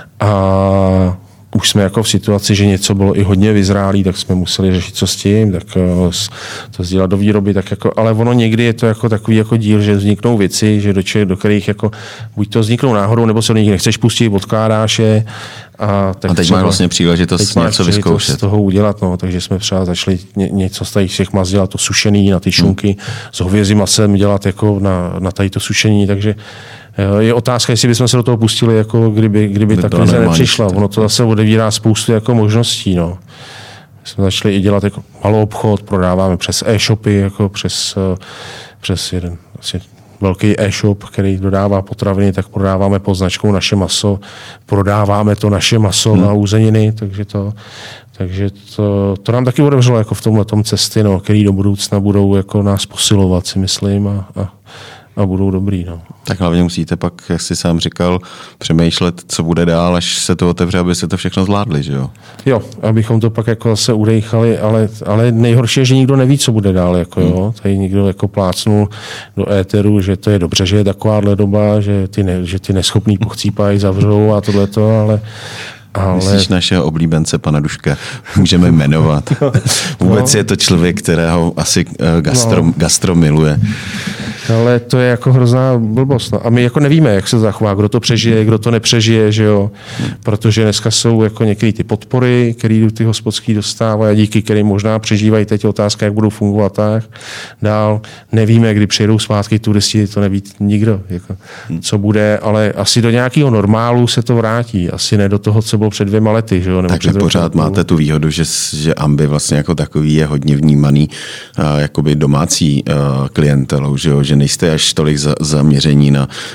A už jsme jako v situaci, že něco bylo i hodně vyzrálý, tak jsme museli řešit, co s tím, tak to sdělat do výroby, tak jako, ale ono někdy je to jako takový jako díl, že vzniknou věci, že do kterých jako buď to vzniknou náhodou, nebo se do nich nechceš pustit, odkládáš je. A teď máš vlastně příležitost něco vyzkoušet. Z toho udělat, no, takže jsme třeba začali něco z těch mas dělat, to sušený na ty šunky, s hovězím masem dělat jako na tady to sušení, takže je otázka, jestli bychom se do toho pustili, jako kdyby ta krize nepřišla. Ono to zase odevírá spoustu jako možností. No. Jsme začali i dělat jako malou obchod, prodáváme přes e-shopy, jako přes jeden vlastně velký e-shop, který dodává potraviny, tak prodáváme pod značkou Naše maso, prodáváme to naše maso na uzeniny, takže to nám taky otevřelo jako v tomhletom cesty, no, který do budoucna budou jako nás posilovat, si myslím, a budou dobrý. No. Tak hlavně musíte pak, jak jsi sám říkal, přemýšlet, co bude dál, až se to otevře, aby se to všechno zvládli, že jo? Jo, abychom to pak jako se udejchali, ale nejhorší je, že nikdo neví, co bude dál. Jako, jo. Tady někdo jako plácnul do éteru, že to je dobře, že je takováhle doba, že ty neschopný pochcípají, zavřou a tohleto, ale myslíš našeho oblíbence, pana Duška, můžeme jmenovat. Vůbec je to člověk, kterého asi gastro miluje. Ale to je jako hrozná blbost. No. A my jako nevíme, jak se zachová, kdo to přežije, kdo to nepřežije, že jo. Protože dneska jsou jako některé ty podpory, které ty hospodský dostávají a díky kterým možná přežívají. Teď je otázka, jak budou fungovat tak dál. Nevíme, kdy přijedou zpátky turisti, to neví nikdo, jako, co bude, ale asi do nějakého normálu se to vrátí. Asi ne do toho, co bylo před 2 lety, že jo. Takže pořád máte tu výhodu, že Ambi vlastně jako takový je hodně vnímaný jakoby domácí klientelou, že jo, že nejste až tolik zaměření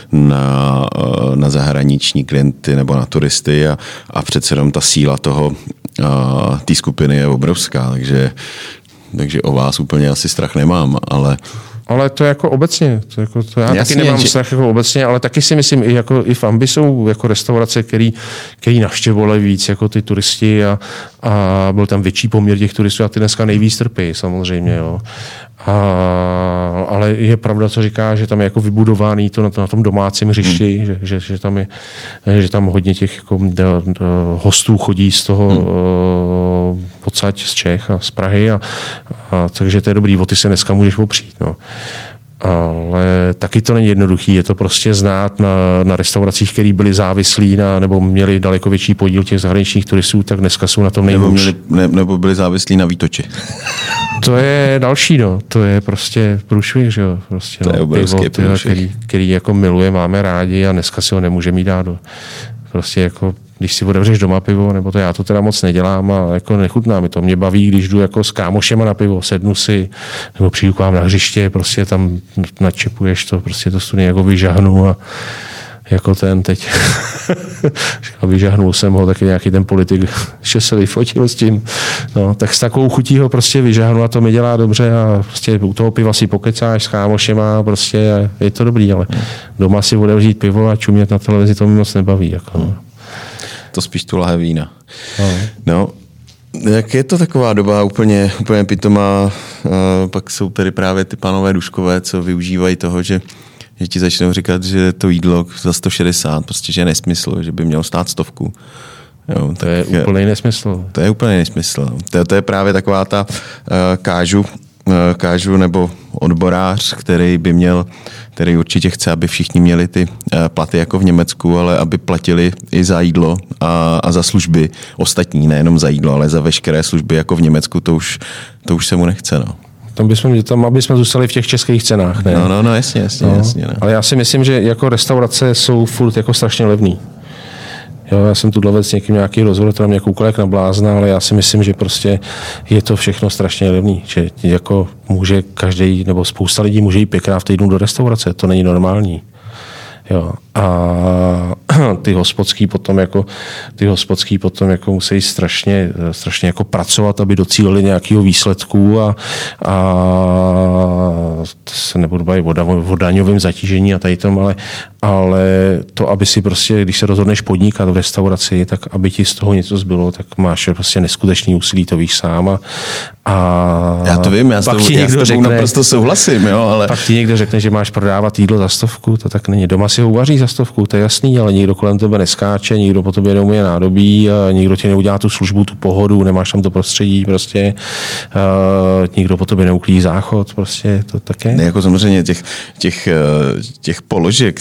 na zahraniční klienty nebo na turisty a přece jenom ta síla té skupiny je obrovská, takže o vás úplně asi strach nemám, ale to je jako obecně, já taky nemám strach jako obecně, ale taky si myslím, i v Ambi jsou jako restaurace, který navštěvovali víc jako ty turisti a byl tam větší poměr těch turistů a ty dneska nejvíc trpí samozřejmě, jo. Ale je pravda, co říká, že tam je jako vybudovaný to na tom domácím hřišti, že tam hodně těch jako hostů chodí z toho podsaď z Čech a z Prahy a takže to je dobrý, o ty se dneska můžeš opřít. No. Ale taky to není jednoduchý, je to prostě znát na restauracích, které byly závislí nebo měli daleko větší podíl těch zahraničních turistů, tak dneska jsou na tom nejhůř. Nebo byli závislí na výtoči. To je další, no. To je prostě průšvih, že jo. Prostě, to je obrovský průšvih. Který jako miluje, máme rádi a dneska si ho nemůžeme jít dát. Prostě jako, když si otevřeš doma pivo, nebo to já to teda moc nedělám a jako nechutná mi to. Mě baví, když jdu jako s kámošema na pivo, sednu si, nebo přijdu k vám na hřiště, prostě tam načepuješ to, prostě to studeně jako vyžahnu a jako ten teď. Vyžahnul jsem ho, taky nějaký ten politik, že se vyfotil s tím. No, tak s takovou chutí ho prostě vyžahnu a to mi dělá dobře a prostě u toho piva si pokecáš s kámošema, prostě je to dobrý, ale doma si odevřít pivo a čumět na televizi, to mi moc nebaví. Jako, no. To spíš tu lahev vína. No. Jak je to taková doba úplně pitomá, pak jsou tady právě ty pánové Duškové, co využívají toho, že ti začnou říkat, že to jídlo za 160, prostě že je nesmysl, že by mělo stát 100. Jo, to je úplný nesmysl. To je úplný nesmysl. To je právě taková ta kážu nebo odborář, který určitě chce, aby všichni měli ty platy jako v Německu, ale aby platili i za jídlo a za služby ostatní, nejenom za jídlo, ale za veškeré služby jako v Německu, to už se mu nechce. No. Tam aby jsme zůstali v těch českých cenách, ne? No, jasně. Ne. Ale já si myslím, že jako restaurace jsou furt jako strašně levný. Jo, já jsem tu dlouho s někým nějaký rozhovor, to na mě koukal jak na blázna, ale já si myslím, že prostě je to všechno strašně levný. Že jako může každý, nebo spousta lidí může jít 5krát v týdnu do restaurace, to není normální. Jo. A ty hospodský potom jako musí strašně jako pracovat, aby docílili nějakého výsledku a se nebudu bavit o daňovém zatížení a tady tom, ale to, aby si prostě, když se rozhodneš podnikat v restauraci, tak aby ti z toho něco zbylo, tak máš prostě neskutečný úsilí, to víš sám a já to vím, já s tebou naprosto souhlasím, jo, ale pak ti někdo řekne, že máš prodávat jídlo za 100, to tak není. Doma si ho uvaří za 100, to je jasný, ale nikdo kolem tebe neskáče, nikdo po tobě neumí nádobí, nikdo ti neudělá tu službu, tu pohodu, nemáš tam to prostředí, prostě nikdo po tobě neuklidí záchod, prostě to také. Ne, jako samozřejmě těch položek,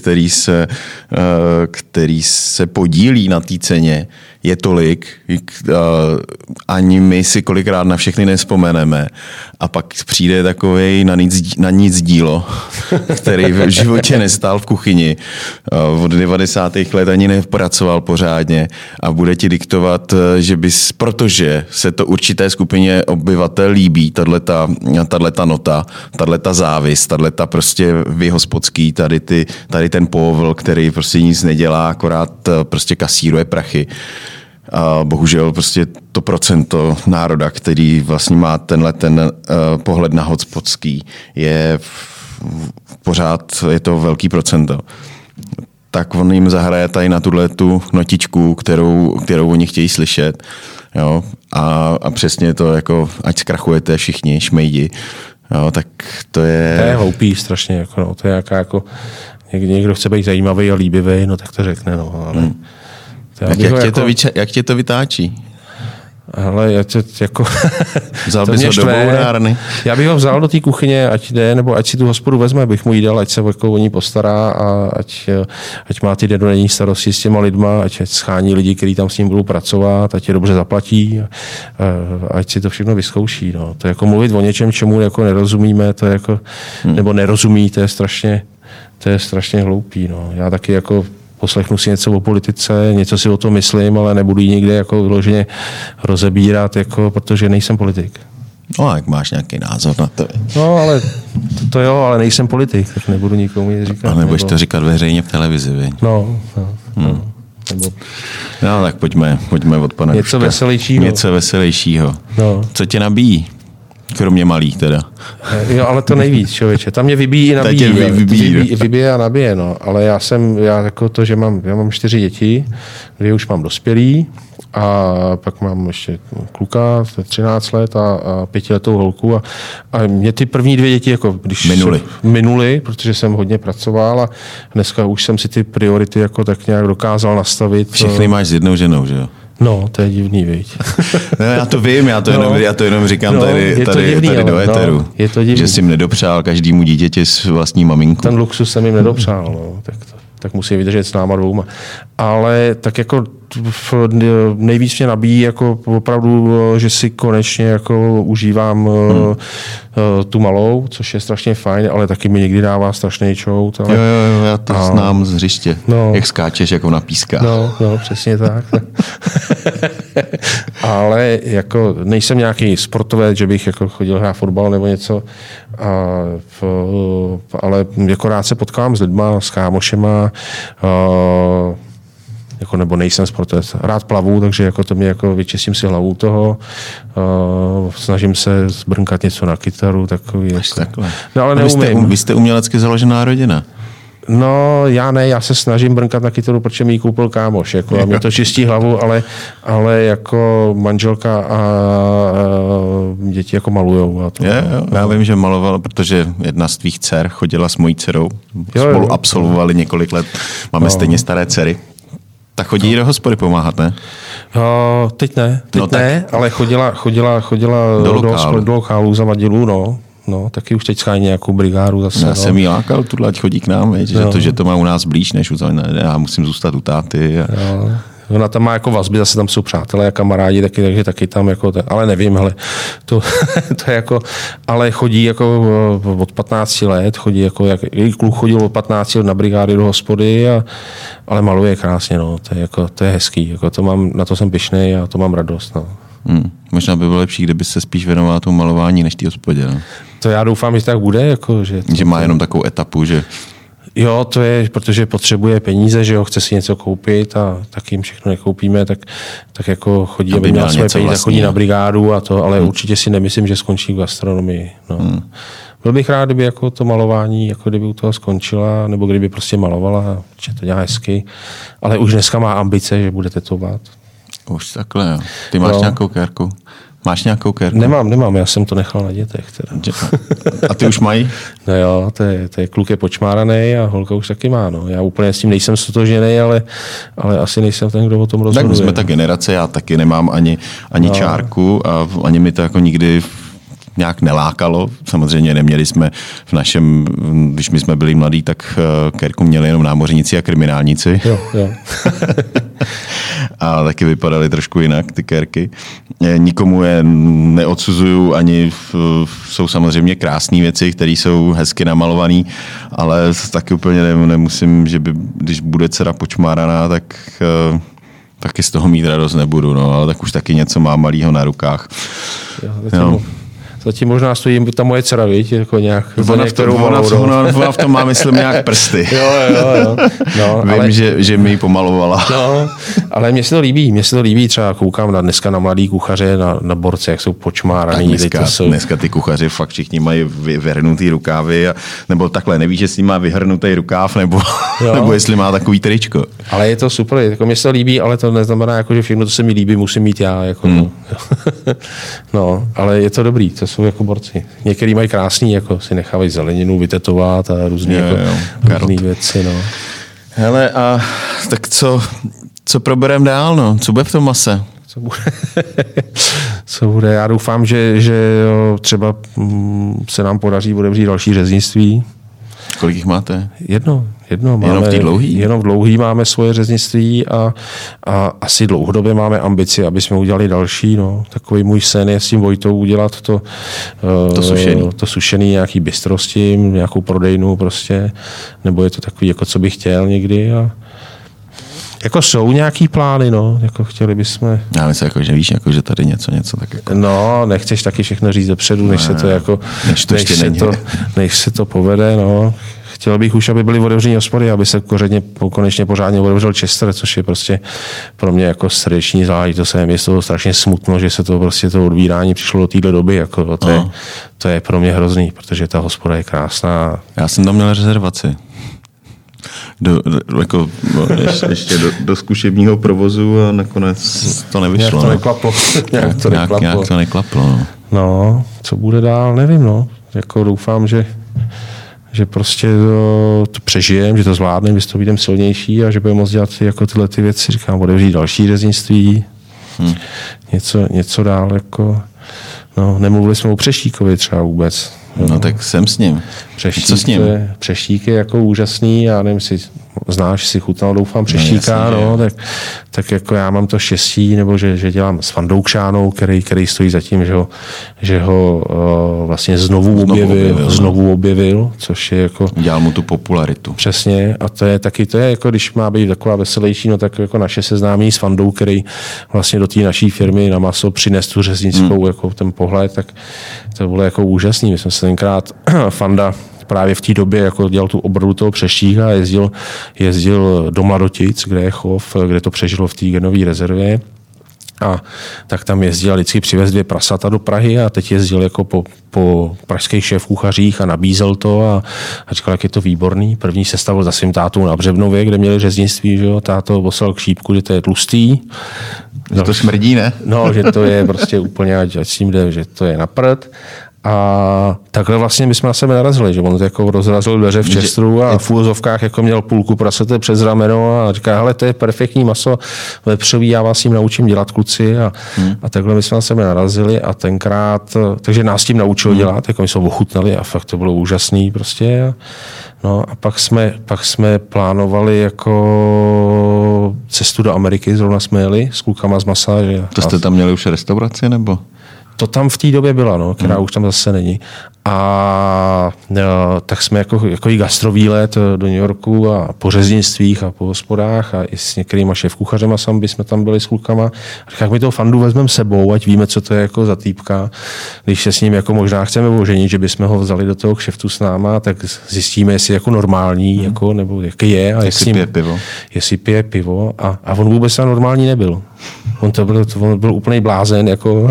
který se podílí na té ceně, je tolik, ani my si kolikrát na všechny nevzpomeneme. A pak přijde takovej na nic dílo, který v životě nestál v kuchyni. Od 90. let ani nepracoval pořádně a bude ti diktovat, že protože se to určité skupině obyvatel líbí, tato nota, tato závist, tato prostě vyhospodský, tady ten povl, který prostě nic nedělá, akorát prostě kasíruje prachy. A bohužel prostě to procento národa, který vlastně má ten pohled na hospodský, je pořád, je to velký procento. Tak on jim zahraje tady na tu notičku, kterou oni chtějí slyšet. Jo? A přesně to jako, ať zkrachujete všichni, šmejdi. Jo? Tak to je... To je hloupý strašně. Jako, no. To je jaká někdo chce být zajímavý a líbivý, no tak to řekne. No, ale... Jak tě to vytáčí? Ale jako... Vzal bys ho do bourárny? Já bych ho vzal do té kuchyně, ať jde, nebo ať si tu hospodu vezme, bych mu jí dal, ať se jako o ní postará a ať má ty denní starosti s těma lidma, ať schání lidi, kteří tam s ním budou pracovat, ať je dobře zaplatí, ať si to všechno vyzkouší. No. To je jako mluvit o něčem, čemu jako nerozumíme, to je jako, nebo nerozumí, to je strašně hloupý. No. Já taky jako poslechnu si něco o politice, něco si o tom myslím, ale nebudu ji nikde jako vyloženě rozebírat, jako, protože nejsem politik. No, jak máš nějaký názor na to? No, ale to jo, ale nejsem politik, tak nebudu nikomu nic říkat. A nebudeš to říkat veřejně v televizi, viď? No. No, tak pojďme od pana Něco veselějšího. Něco veselějšího. No. Co tě nabíjí? Kromě malých teda. Jo, ale to nejvíc, člověče. Tam mě vybíjí i nabíjí. Vybíje a nabíje, no. Ale já jako to, že mám 4 děti, 2 už mám dospělý a pak mám ještě kluka, 13 let a 5letou holku a mě ty první 2 děti jako když minuli, protože jsem hodně pracoval a dneska už jsem si ty priority jako tak nějak dokázal nastavit. Všechny máš s jednou ženou, že jo? No, to je divný, viď. No, já to vím, já to jenom říkám tady do éteru. No, je to divný. Že jsi jim nedopřál každému dítěti s vlastní maminkou. Ten luxus jsem jim nedopřál, no. Tak musí vydržet s náma 2. Ale tak jako nejvíc mě nabíjí jako opravdu, že si konečně jako užívám tu malou, což je strašně fajn, ale taky mi někdy dává strašný čout. Ale... Jo, já to znám z hřiště, jak skáčeš jako na pískách. No, přesně tak. Ale jako nejsem nějaký sportovec, že bych jako chodil hrát fotbal nebo něco, ale jako rád se potkám s lidma, s kámošema, jako nebo nejsem sportovec. Rád plavu, takže jako to mě jako vyčistím si hlavu toho. Snažím se zbrnkat něco na kytaru, takový. Jako. No, ale neumím. Vy jste umělecky založená rodina. No, já ne, já se snažím brnkat na kytaru, protože mi ji koupil kámoš. Jako, a mě to čistí hlavu, ale jako manželka a děti jako malujou. A to, já vím, že maloval, protože jedna z tvých dcer chodila s mojí dcerou. Spolu absolvovali několik let. Máme stejně staré dcery. Tak chodí do hospody pomáhat, ne? Teď ne, ale chodila do lokálu za Vadilů, No, taky už teď schání nějakou brigádu zase. Já jsem jí lákal, tuhle, ať chodí k nám, že to má u nás blíž, než já musím zůstat u táty. Ona tam má jako vazby, zase tam jsou přátelé a kamarádi, takže taky tam jako, ale nevím, hele, to je jako, ale chodí jako od 15 let, chodí jako, kluk chodil od 15 let na brigády do hospody, ale maluje krásně, no, to je hezký, jako to mám, na to jsem pyšnej a to mám radost, no. Možná by bylo lepší, kdyby se spíš věnoval tomu malování než té hospodě. No? To já doufám, že tak bude. Jako, že má jenom takovou etapu, že... Jo, to je, protože potřebuje peníze, že jo, chce si něco koupit a tak jim všechno nekoupíme, tak jako chodí, aby měl své peníze, chodí na brigádu a to, ale určitě si nemyslím, že skončí v gastronomii. No. Byl bych rád, kdyby jako to malování, jako kdyby u toho skončila, nebo kdyby prostě malovala, že to dělá hezky, ale už dneska má ambice, že bude tetovat. Už takhle, jo. Ty máš nějakou kérku? Máš nějakou kérku? Nemám, já jsem to nechal na dětech. Teda. A ty už mají? No jo, to je kluk je počmáraný a holka už taky má. No. Já úplně s tím nejsem stotožený, ale asi nejsem ten, kdo o tom rozhoduje. Tak jsme ta generace, já taky nemám ani čárku a ani mi to jako nikdy nějak nelákalo. Samozřejmě neměli jsme v našem, když my jsme byli mladí, tak kérku měli jenom námořníci a kriminálníci. Jo. A taky vypadaly trošku jinak ty kérky. Nikomu je neodsuzuju, ani jsou samozřejmě krásné věci, které jsou hezky namalované, ale taky úplně nemusím, že by, když bude dcera počmáraná, tak taky z toho mít radost nebudu, no, ale tak už taky něco má malýho na rukách. Zatím možná stojí ta moje dcera, víš, jako nějak... Ona v tom má, myslím, nějak prsty. Jo. No, vím, ale, že mi ji pomalovala. No, ale mně se to líbí, třeba koukám dneska na mladý kuchaře, na borce, jak jsou počmáraný. Dneska ty kuchaři fakt všichni mají vyhrnutý rukávy, nebo takhle, nevíš, jestli má vyhrnutý rukáv, nebo jestli má takový tričko. Ale je to super, jako mně se to líbí, ale to neznamená, jako, že všechno, co se mi líbí, musím mít já. Jako, no, ale je to dobrý, to jsou jako borci. Některý mají krásný, jako si nechávají zeleninu vytetovat a různé věci. No. Hele, a tak co probereme dál? No? Co bude v tom mase? Co bude? Já doufám, že třeba se nám podaří otevřít další řeznictví. Kolik jich máte? Jedno. Máme, jenom v té dlouhý? Jenom v dlouhý máme svoje řeznictví a asi dlouhodobě máme ambici, aby jsme udělali další. No. Takový můj sen je s tím Vojtou udělat to sušený nějaký bistro s tím, nějakou prodejnu prostě, nebo je to takový, jako co bych chtěl někdy. A jako jsou nějaký plány, no, jako chtěli bychom. Já myslím, jako, že víš, jako, že tady něco tak jako. No, nechceš taky všechno říct dopředu, než se to jako, než se to povede, no. Chtěl bych už, aby byly otevřené hospody, aby se konečně pořádně otevřel Chester, což je prostě pro mě jako srdeční záležitost. Je z toho strašně smutno, že se to prostě to odvírání přišlo do téhle doby. Jako, to je pro mě hrozný, protože ta hospoda je krásná. Já jsem tam měl rezervaci. Ještě do zkušebního provozu a nakonec to nevyšlo. Nějak to neklaplo. No, co bude dál, nevím. No. Jako doufám, že prostě to přežijem, že to zvládnem, že to budeme silnější a že budeme moct dělat jako tyhle ty věci. Říkám, otevřít další řeznictví, něco dál. Jako, no, nemluvili jsme o Přeštíkovi třeba vůbec. No tak jsem s ním. Co s ním? Přeštík je jako úžasný, já nevím, znáš, si chutnal, doufám, Přeštíka, tak jako já mám to štěstí, nebo že dělám s Fandou Kšánou, který stojí za tím, že ho vlastně znovu objevil, což je jako... Dělal mu tu popularitu. Přesně, a to je jako, když má být taková veselější, no tak jako naše seznámí s Fandou, který vlastně do té naší firmy na maso přines tu řeznickou jako ten pohled, tak to bylo jako úžasný. My jsme se tenkrát Fanda právě v té době jako dělal tu obrodu toho Přeštíka a jezdil do Mladotic, kde je chov, kde to přežilo v té genové rezervě. A tak tam jezdil, vždycky přivez 2 prasata do Prahy a teď jezdil jako po pražských šéfkuchařích a nabízel to a říkal, jak je to výborný. První se stavil za svým tátou na Břevnově, kde měli řeznictví, že jo. Táto poslal k šípku, že to je tlustý. Že to smrdí, ne? No, že to je prostě úplně, ať s tím jde, že to je na prd. A takhle vlastně my jsme na sebe narazili, že on jako rozrazil dveře v Čestru a v úvozovkách jako měl půlku prasete přes rameno a říká, hele, to je perfektní maso vepřový, já vás tím naučím dělat, kluci. A takhle my jsme na sebe narazili a tenkrát, takže nás tím naučil dělat, jako my jsme ochutnali a fakt to bylo úžasný prostě. No a pak jsme plánovali jako cestu do Ameriky, zrovna jsme jeli s klukama z masáže. To jste tam měli už restauraci, nebo? To tam v té době byla, no, která už tam zase není. A tak jsme jako i gastrovýlet do New Yorku a po řeznictvích a po hospodách a i s některýma šéfkuchařema sami jsme tam byli s klukama. A jak my toho Fandu vezmeme sebou, ať víme, co to je jako za týpka. Když se s ním jako možná chceme oženit, že bychom ho vzali do toho kšeftu s náma, tak zjistíme, jestli je jako normální, jako, nebo jaký je. A jestli pije pivo. A on vůbec normální nebyl. On byl úplný blázen jako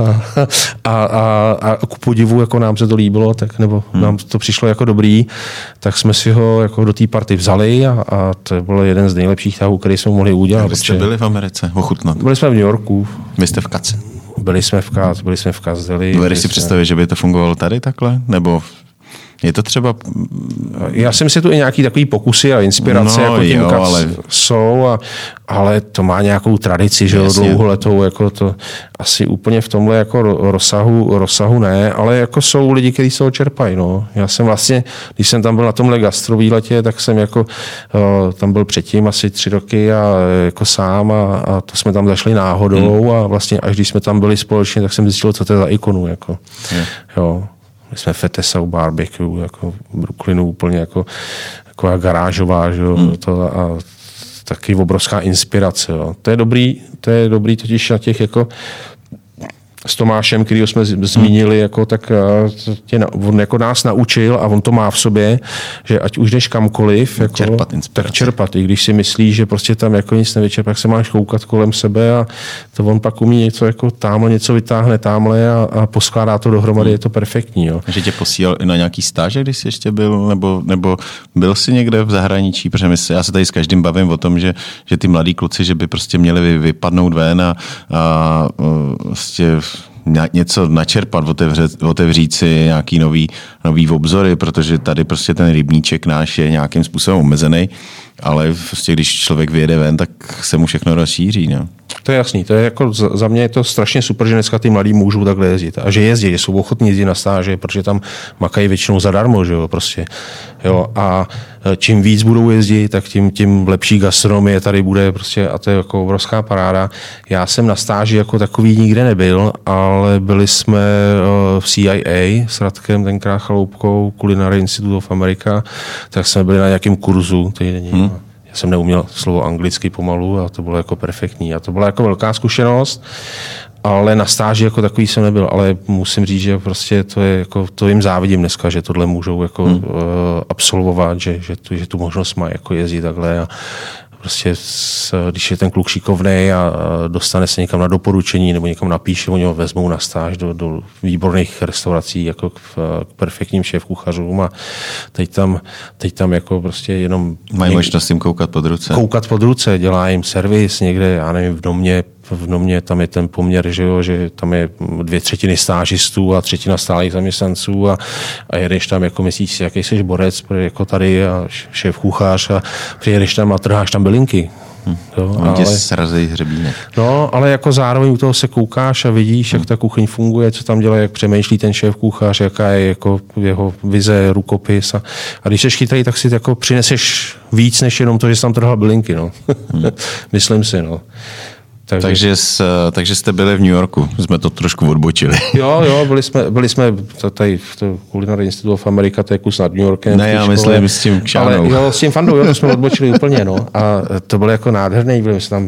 a ku podivu jako nám se to líbilo, tak nebo nám to přišlo jako dobrý, tak jsme si ho jako do té party vzali a to byl jeden z nejlepších tahů, který jsme mohli udělat. Vy jste byli v Americe ochutnat? Byli jsme v New Yorku. Vy jste v Kaci? Byli jsme v Kazdeli. Dovedeš si představit, že by to fungovalo tady takhle? Nebo je to třeba... Já jsem si tu i nějaký takový pokusy a inspirace jako tím jsou, ale to má nějakou tradici, že dlouholetou, jako to asi úplně v tomhle jako rozsahu ne, ale jako jsou lidi, kteří se ho čerpají, no. Já jsem vlastně, když jsem tam byl na tomhle gastrovýletě, tak jsem jako tam byl předtím asi 3 roky a jako sám a to jsme tam zašli náhodou a vlastně až když jsme tam byli společně, tak jsem zjistil, co to je za ikonu, jako. Jo. My jsme Fetesau barbecue, jako v Brooklynu úplně jako garážová, že jo, to a taky obrovská inspirace, jo. To je dobrý totiž na těch jako s Tomášem, kterýho jsme zmínili, jako, tak on jako nás naučil a on to má v sobě, že ať už jdeš kamkoliv, jako, tak čerpat. I když si myslíš, že prostě tam jako nic nevyčerpá, tak se máš koukat kolem sebe a to on pak umí něco jako tamhle, něco vytáhne tamhle a poskládá to dohromady, je to perfektní. Jo. Že tě posílal i na nějaký stáže, když jsi ještě byl, nebo byl jsi někde v zahraničí, protože já se tady s každým bavím o tom, že ty mladí kluci, že by prostě měli vypadnout ven a prostě něco načerpat, otevřít si nějaký nový obzory, protože tady prostě ten rybníček náš je nějakým způsobem omezený, ale prostě když člověk vyjede ven, tak se mu všechno rozšíří. No. To je jasný, to je jako za mě je to strašně super, že dneska ty mladí můžou takhle jezdit a že jezdí, že jsou ochotní jezdit na stáže, protože tam makají většinou zadarmo, že jo, prostě. Jo, a čím víc budou jezdit, tak tím lepší gastronomie tady bude prostě a to je jako obrovská paráda. Já jsem na stáži jako takový nikde nebyl, ale byli jsme v CIA s Radkem, tenkrát Chaloupkou, Culinary Institute of America, tak jsme byli na nějakém kurzu týdenní. Já jsem neuměl slovo anglicky pomalu a to bylo jako perfektní. A to byla jako velká zkušenost, ale na stáži jako takový jsem nebyl. Ale musím říct, že prostě to je jako, to jim závidím dneska, že tohle můžou jako absolvovat, že tu možnost mají jako jezdit takhle a prostě když je ten kluk šikovnej a dostane se někam na doporučení nebo někam napíše, oni ho vezmou na stáž do výborných restaurací jako k perfektním šéfkuchařům a teď tam jako prostě jenom... Mají možnost jim koukat pod ruce. Dělá jim servis někde, já nevím, v Nomě tam je ten poměr, že tam je 2/3 stážistů a 1/3 stálých zaměstnanců a jedeš tam jako myslíš si, jaký jsi borec, jako tady a šéf kuchař a přijedeš tam a trháš tam bylinky. On tě srazí hřebínek. No, ale jako zároveň u toho se koukáš a vidíš, jak ta kuchyň funguje, co tam dělá, jak přemýšlí ten šéf kuchař, jaká je jako jeho vize, rukopis. A když jsi chytrý, tak si jako přineseš víc, než jenom to, že jsi tam trhal bylinky. No. Myslím si, no. Takže jste byli v New Yorku, jsme to trošku odbočili. Jo, byli jsme tady v Culinary Institute of America, to je kus nad New Yorkem. Ne, já myslím s tím Kšánou. Ale jo, s tím Fandou, jo, to jsme odbočili úplně, no. A to bylo jako nádherný,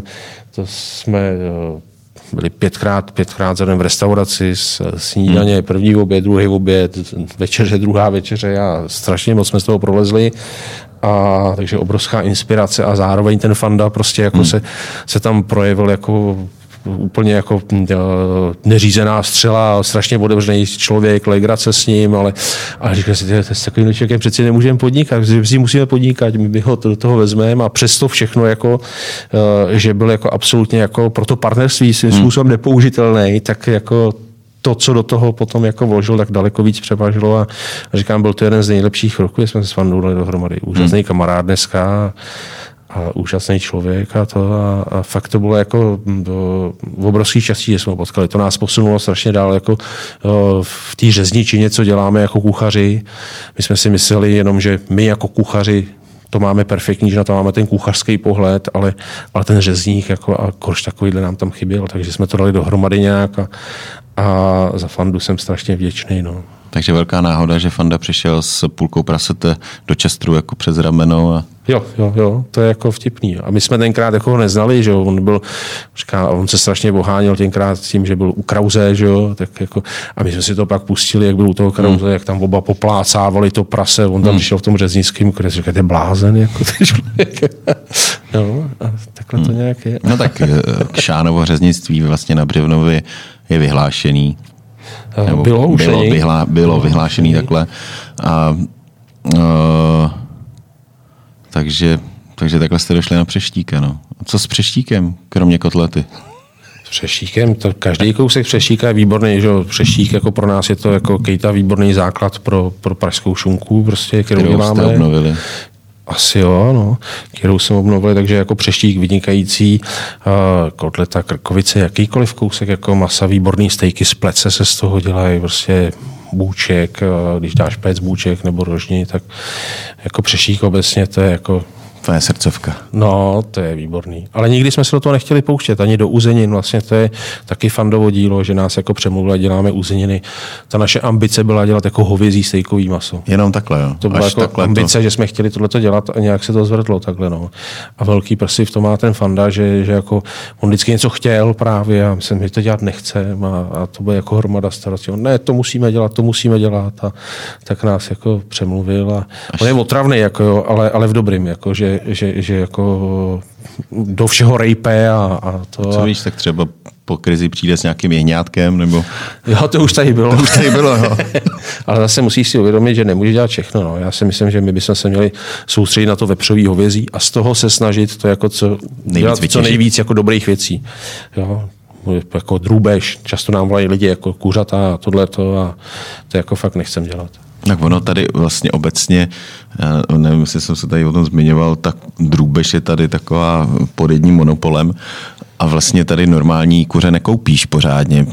jsme byli pětkrát za den v restauraci, snídaně, první oběd, druhý oběd, večeře, druhá večeře a strašně moc jsme z toho prolezli. A takže obrovská inspirace a zároveň ten Fanda prostě jako se tam projevil jako úplně jako neřízená střela, strašně otevřený člověk, legrace s ním, ale říkal si, s takovým člověkem přeci nemůžeme podnikat, si musíme podnikat, my ho do toho vezmeme a přesto všechno jako, že byl jako absolutně jako pro to partnerství svým způsobem nepoužitelný, tak jako to, co do toho potom jako vložil, tak daleko víc převážilo a říkám, byl to jeden z nejlepších roků, jsme se s Fandou dali dohromady. Úžasný kamarád dneska a úžasný člověk a fakt to bylo jako v obrovských častí, že jsme ho potkali. To nás posunulo strašně dál jako v té řezničině, co děláme jako kuchaři. My jsme si mysleli jenom, že my jako kuchaři to máme perfektní, že na to máme ten kuchařský pohled, ale ten řezník jako a kož takovýhle nám tam chyběl, takže jsme to dali dohromady nějak a za Fandu jsem strašně vděčný. No. Takže velká náhoda, že Fanda přišel s půlkou prasete do Chesteru jako přes rameno. Jo, to je jako vtipný. A my jsme tenkrát jako ho neznali, že jo, on se strašně oháněl tenkrát s tím, že byl u Krause, že jo, tak jako, a my jsme si to pak pustili, jak byl u toho Krause, jak tam oba poplácávali to prase, on tam přišel v tom řeznickým, kde říkal, je blázen, jako ten člověk. No, a takhle to nějak je. No tak Kšánovo řeznictví vlastně na Břevnově je vyhlášený. Bylo vyhlášený takhle. Takže takhle jste došli na Přeštíka. No. A co s Přeštíkem, kromě kotlety? S Přeštíkem, to každý kousek Přeštíka je výborný, že Přeštík jako pro nás je to jako Kejta výborný základ pro pražskou šunku, prostě, kterou děláme. Jste obnovili. Asi jo, no, kterou jsem obnovil, takže jako Přeštík vynikající, kotleta, krkovice, jakýkoliv kousek jako masa, výborný stejky z plece se z toho dělají, prostě bůček, když dáš pec bůček nebo rožní, tak jako Přeštík obecně to je jako... To je srdcovka. No, to je výborný. Ale nikdy jsme se do toho nechtěli pouštět, ani do uzenin. Vlastně to je taky Fandovo dílo, že nás jako přemluvila, děláme uzeniny. Ta naše ambice byla dělat jako hovězí stejkový maso. Jenom takhle, jo? To byla jako ambice, že jsme chtěli tohleto dělat a nějak se to zvrtlo takhle, no. A velký prsy v tom má ten Fanda, že jako on vždycky něco chtěl právě a myslím, že to dělat nechce a to bude jako hromada starostí. Ne, to musíme dělat a tak nás jako přemluvil a on je otravný, jako jo, ale v dobrým, jako že jako do všeho rejpe a to. Co víš, tak třeba po krizi přijde s nějakým jehňátkem, nebo... Jo, to už tady bylo. No. Ale zase musíš si uvědomit, že nemůžeš dělat všechno. No. Já si myslím, že my bychom se měli soustředit na to vepřový hovězí a z toho se snažit to jako dělat co nejvíc jako dobrých věcí. Jo. Jako drůbež, často nám volají lidi jako kuřata a tohleto a to jako fakt nechcem dělat. Tak ono tady vlastně obecně, nevím, jestli jsem se tady o tom zmiňoval, tak drůbež je tady taková pod jedním monopolem a vlastně tady normální kuře nekoupíš pořádně.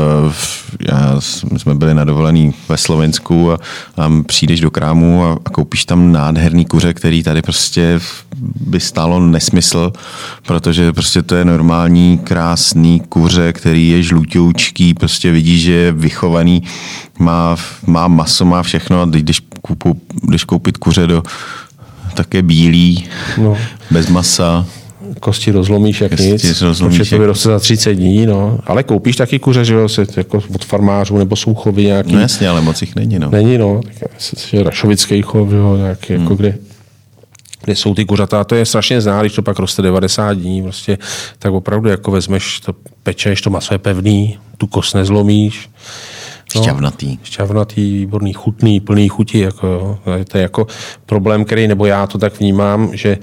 My jsme byli na dovolený ve Slovensku a přijdeš do krámu a koupíš tam nádherný kuře, který tady prostě by stálo nesmysl, protože prostě to je normální, krásný kuře, který je žlutoučký, prostě vidíš, že je vychovaný, má maso, má všechno a když koupit kuře tak je bílý, no. Bez masa. Kosti rozlomíš jak nic, protože to vyroste za 30 dní, no. Ale koupíš taky kuře, že jo, jako od farmářů nebo jsou chovy nějaký. No jasně, ale moc jich není, no. Není, no. Rašovický chov, jo, nějaký, jako kde jsou ty kuřata. To je strašně zná, když to pak roste 90 dní, prostě, tak opravdu jako vezmeš to, pečeš, to maso je pevný, tu kost nezlomíš. Šťavnatý, výborný, chutný, plný chuti. Jako, jo. To je jako problém, který, nebo já to tak vnímám, že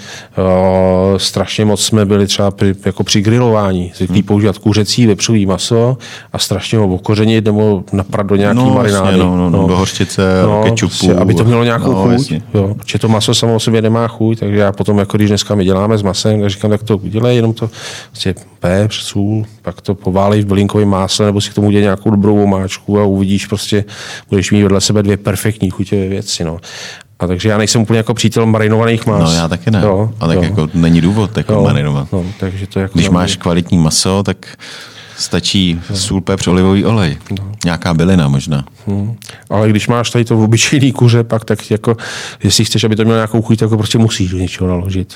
strašně moc jsme byli třeba při grilování. Zvyklí používat kuřecí, vepřový maso a strašně ho okořenit nebo naprat do nějaký marinády. Do hořčice, kečupu. Aby to mělo nějakou chuť. Jo, protože to maso samo o sobě nemá chuť, takže já potom, jako když dneska my děláme s masem, tak říkám, tak to udělej, jenom to pepř, sůl, pak to poválej v bylinkovém másle, nebo si k tomu udělej nějakou dobrou omáčku a uvidíš prostě, budeš mít vedle sebe 2 perfektní chutivé věci. No. A takže já nejsem úplně jako přítel marinovaných mas. No já taky ne. A tak jako není důvod jako marinovat. No, takže to jako když máš kvalitní maso, tak stačí sůl, pepř, olivový olej. Nějaká bylina možná. Ale když máš tady to obyčejný kuře, pak tak jako, jestli chceš, aby to mělo nějakou chuť, tak jako prostě musíš do něčeho naložit.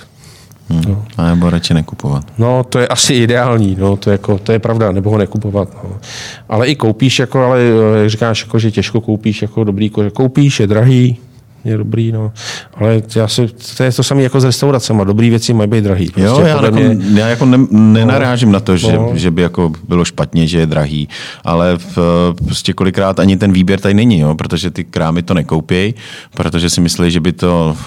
A nebo radši nekupovat. No, to je asi ideální, no, to je pravda, nebo ho nekupovat. No. Ale i koupíš, jako, ale jak říkáš, jako, že těžko koupíš jako dobrý koře. Koupíš, je drahý, je dobrý, no. Ale to je to samé jako s restauracemi. Dobrý věci mají být drahý. Prostě já jako nenarážím na to, že by jako bylo špatně, že je drahý, ale prostě kolikrát ani ten výběr tady není, jo, protože ty krámy to nekoupějí, protože si myslí, že by to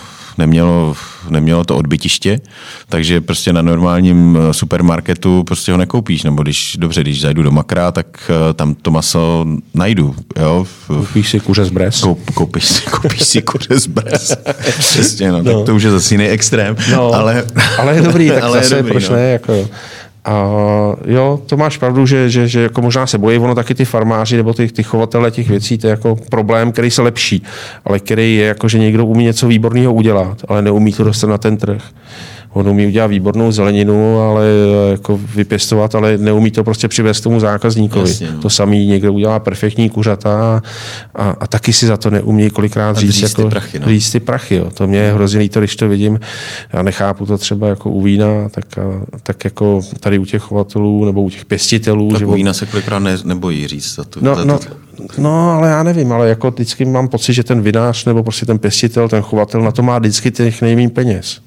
nemělo to odbytiště, takže prostě na normálním supermarketu prostě ho nekoupíš, nebo když zajdu do Makra, tak tam to maso najdu. Jo? Koupíš si kuře z Bres. Koupíš si kuře z Bres. Přesně, no. Tak to už je zase jiný extrém. No, ale je dobrý, tak zase proč ne? Jako... A jo, to máš pravdu, že jako možná se bojí, ono taky ty farmáři nebo ty chovatele těch věcí, to je jako problém, který se lepší, ale který je jako, že někdo umí něco výborného udělat, ale neumí to dostat na ten trh. On umí udělat výbornou zeleninu, ale jako vypěstovat, ale neumí to prostě přivést tomu zákazníkovi. Jasně, no. To samý někdo udělá perfektní kuřata a taky si za to neumí kolikrát říct ty prachy. Jo. To mě je hrozně líto, když to vidím. Já nechápu to třeba jako u vína, tak jako tady u těch chovatelů nebo u těch pěstitelů. Tak u vína se kolikrát nebojí říct za to. No, ale já nevím, ale jako vždycky mám pocit, že ten vinář nebo prostě ten pěstitel, ten chovatel na to má vždycky těch nejméně peněz.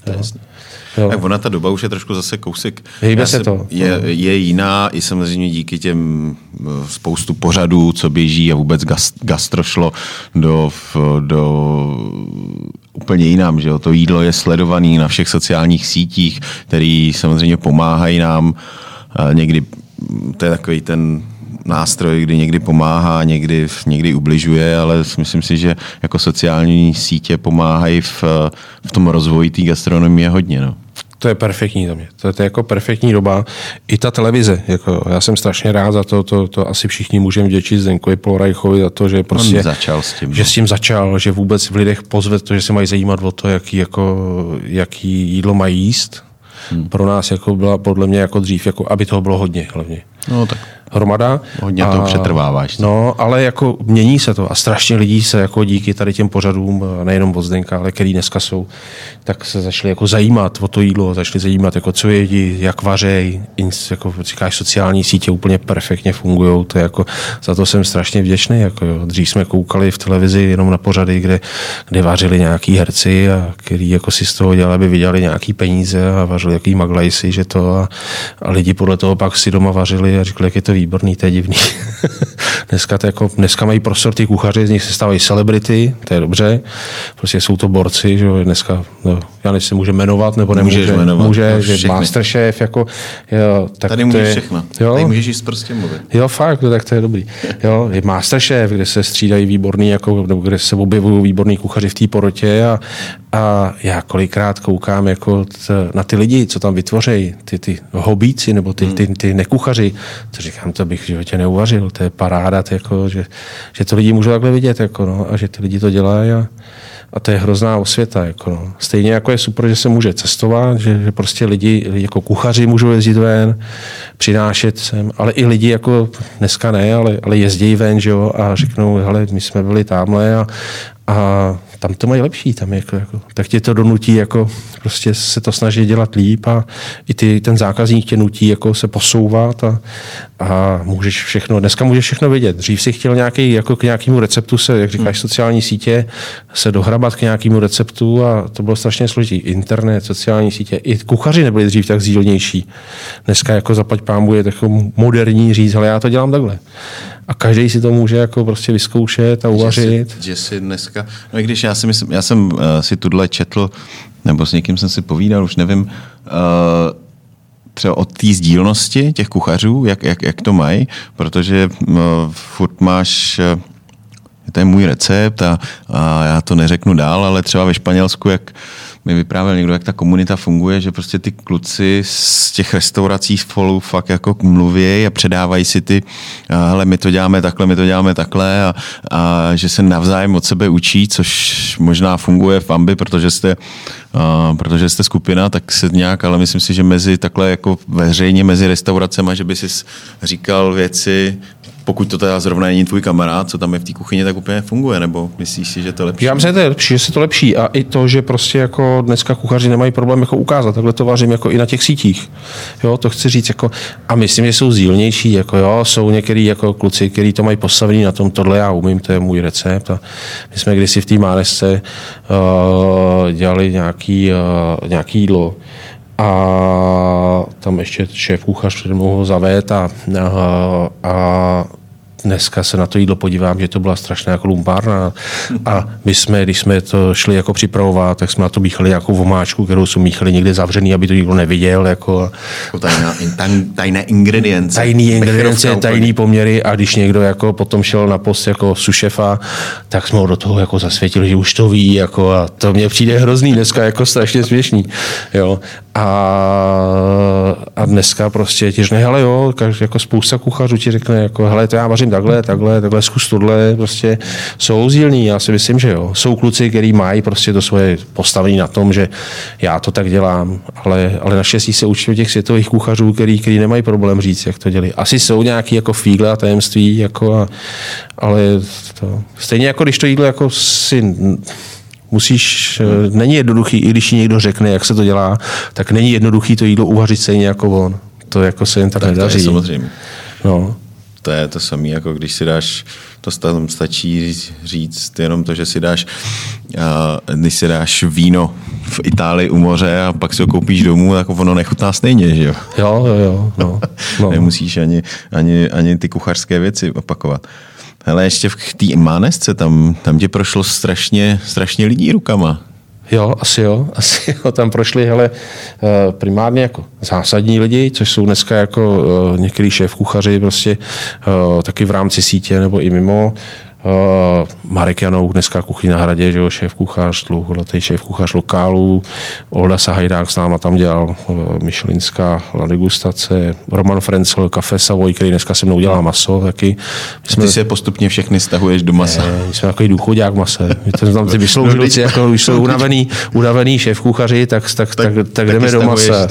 Tak ona ta doba už je trošku zase kousek. Hejbe se to. Je jiná i samozřejmě díky těm spoustu pořadů, co běží a vůbec gastro šlo do úplně jinam, že jo? To jídlo je sledovaný na všech sociálních sítích, který samozřejmě pomáhají nám. Někdy to je takový ten nástroj, kdy někdy pomáhá, někdy ubližuje, ale myslím si, že jako sociální sítě pomáhají v tom rozvoji té gastronomie hodně. No. To je perfektní za mě. To je jako perfektní doba. I ta televize. Jako, já jsem strašně rád za to asi všichni můžeme vděčit Zdenkovi Polorajchovi za to, že prostě... On začal s tím. Že s tím začal, že vůbec v lidech pozve to, že se mají zajímat o to, jaký jídlo mají jíst. Pro nás jako byla podle mě jako dřív, jako aby toho bylo hodně hlavně. No tak hromada. Hodně to přetrváváš. No, ale jako mění se to a strašně lidí se jako díky tady těm pořadům, nejenom od Zdenka, ale který dneska jsou, tak se začali jako zajímat o to jídlo, začali zajímat, jako co jedí, jak vařej, jako říkáš, sociální sítě úplně perfektně fungujou, to je jako, za to jsem strašně vděčný, jako jo. Dřív jsme koukali v televizi jenom na pořady, kde vařili nějaký herci a který jako si z toho dělali, aby vydělali nějaký peníze a vařili jaký maglajsy, že to a lidi podle toho pak si doma vařili a říkali, jak je to výborný, to je divný. Dneska mají prostor ty kuchaři, z nich se stávají celebrity, to je dobře. Prostě jsou to borci, že jo, dneska, no, já nevím, se může jmenovat, nebo nemůže. Může, že Masterchef, jako, jo, tak tady můžeš všechno. Jo? Tady můžeš jíst prostě mluvit. Jo, fakt, tak to je dobrý. Jo, je Masterchef, kde se střídají výborný, jako, nebo kde se objevují výborní kuchaři v té porotě a já kolikrát koukám jako na ty lidi, co tam vytvořejí, ty hobíci, nebo ty nekuchaři, to říkám, to bych v životě neuvařil, to je paráda, to jako, že to lidi můžou takhle vidět, jako, no, a že ty lidi to dělají a to je hrozná osvěta. Jako, no. Stejně jako je super, že se může cestovat, že prostě lidi jako kuchaři můžou jezdit ven, přinášet sem, ale i lidi jako dneska ne, ale jezdí ven, že jo, a řeknou, hele, my jsme byli tamhle a tam to mají lepší, tam jako, tak tě to donutí jako prostě se to snaží dělat líp a i ten zákazník tě nutí jako se posouvat a můžeš všechno, dneska můžeš všechno vědět. Dřív si chtěl k nějakému receptu se, jak říkáš, sociální sítě, se dohrabat k nějakému receptu a to bylo strašně složitý. Internet, sociální sítě, i kuchaři nebyli dřív tak sdílnější. Dneska jako zaplať pánbůh je takový moderní říct, ale já to dělám takhle. a každý si to může jako prostě vyzkoušet a uvařit. Že si dneska, no i když já jsem si tuhle četl, nebo s někým jsem si povídal, už nevím, třeba od té sdílnosti těch kuchařů, jak to mají, protože furt máš, to je můj recept a já to neřeknu dál, ale třeba ve Španělsku, jak mi vyprávěl někdo, jak ta komunita funguje, že prostě ty kluci z těch restaurací spolu fakt jako mluví a předávají si ty, hele, my to děláme takhle a že se navzájem od sebe učí, což možná funguje v Ambi, protože jste skupina, tak se nějak, ale myslím si, že mezi takhle jako veřejně mezi restauracemi, že by si říkal věci, pokud to teda zrovna není tvůj kamarád, co tam je v té kuchyni, tak úplně funguje, nebo myslíš si, že to je lepší? Já myslím, že to je lepší, že se to lepší a i to, že prostě jako dneska kuchaři nemají problém jako ukázat, takhle to vařím jako i na těch sítích. Jo, to chci říct jako, a myslím, že jsou sdílnější, jako jo, jsou některý jako kluci, kteří to mají postavený na tom, tohle já umím, to je můj recept a my jsme kdysi v té Mánesce dělali nějaký jídlo a tam ještě šéf kuchař přede mnou ho zavést a dneska se na to jídlo podívám, že to byla strašná jako lumpárna a my jsme, když jsme to šli jako připravovat, tak jsme na to míchali nějakou vomáčku, kterou jsme míchali někde zavřený, aby to nikdo neviděl. Jako tajné ingredience. Tajný poměry a když někdo jako potom šel na post jako sušefa, tak jsme ho do toho jako zasvětili, že už to ví jako a to mně přijde hrozný dneska jako strašně směšný. Jo. A dneska prostě ti řekne, hele jo, jako spousta kuchařů ti řekne, jako hele, to já vařím takhle, zkus tohle, prostě jsou sdílní, já si myslím, že jo. Jsou kluci, kteří mají prostě to svoje postavení na tom, že já to tak dělám, ale naštěstí se učí těch světových kuchařů, který nemají problém říct, jak to dělají. Asi jsou nějaký jako fígle a tajemství, jako ale to, stejně jako když to jídlo jako si musíš, není jednoduchý, i když někdo řekne, jak se to dělá, tak není jednoduchý to jídlo uvařit stejně jako on. To jako se jen tak nedaří. To je samozřejmě. No. To je to samé, jako když si dáš, to tam stačí říct jenom to, že si dáš, když si dáš víno v Itálii u moře a pak si ho koupíš domů, tak ono nechutná stejně, že jo? Jo. No. Nemusíš ani ty kuchařské věci opakovat. Hele, ještě v té Mánesce, tam tě prošlo strašně lidí rukama. Jo, asi jo. Tam prošli, hele, primárně jako zásadní lidi, což jsou dneska jako některý šéf kuchaři prostě taky v rámci sítě nebo i mimo. Marek Janouk, dneska kuchyň na Hradě, že jo, šéf kuchař, dlouholetý šéf kuchař lokálu, Olda Sahajdák s náma tam dělal michelinská degustace, Roman Frencel, Café Savoy, který dneska se mnou dělá maso taky. Ty se postupně všechny stahuješ do masa. My jsme takový důchodák mase. Tam ty vysloužilci, jako už jsou unavený šéf kuchaři, tak jdeme do masa.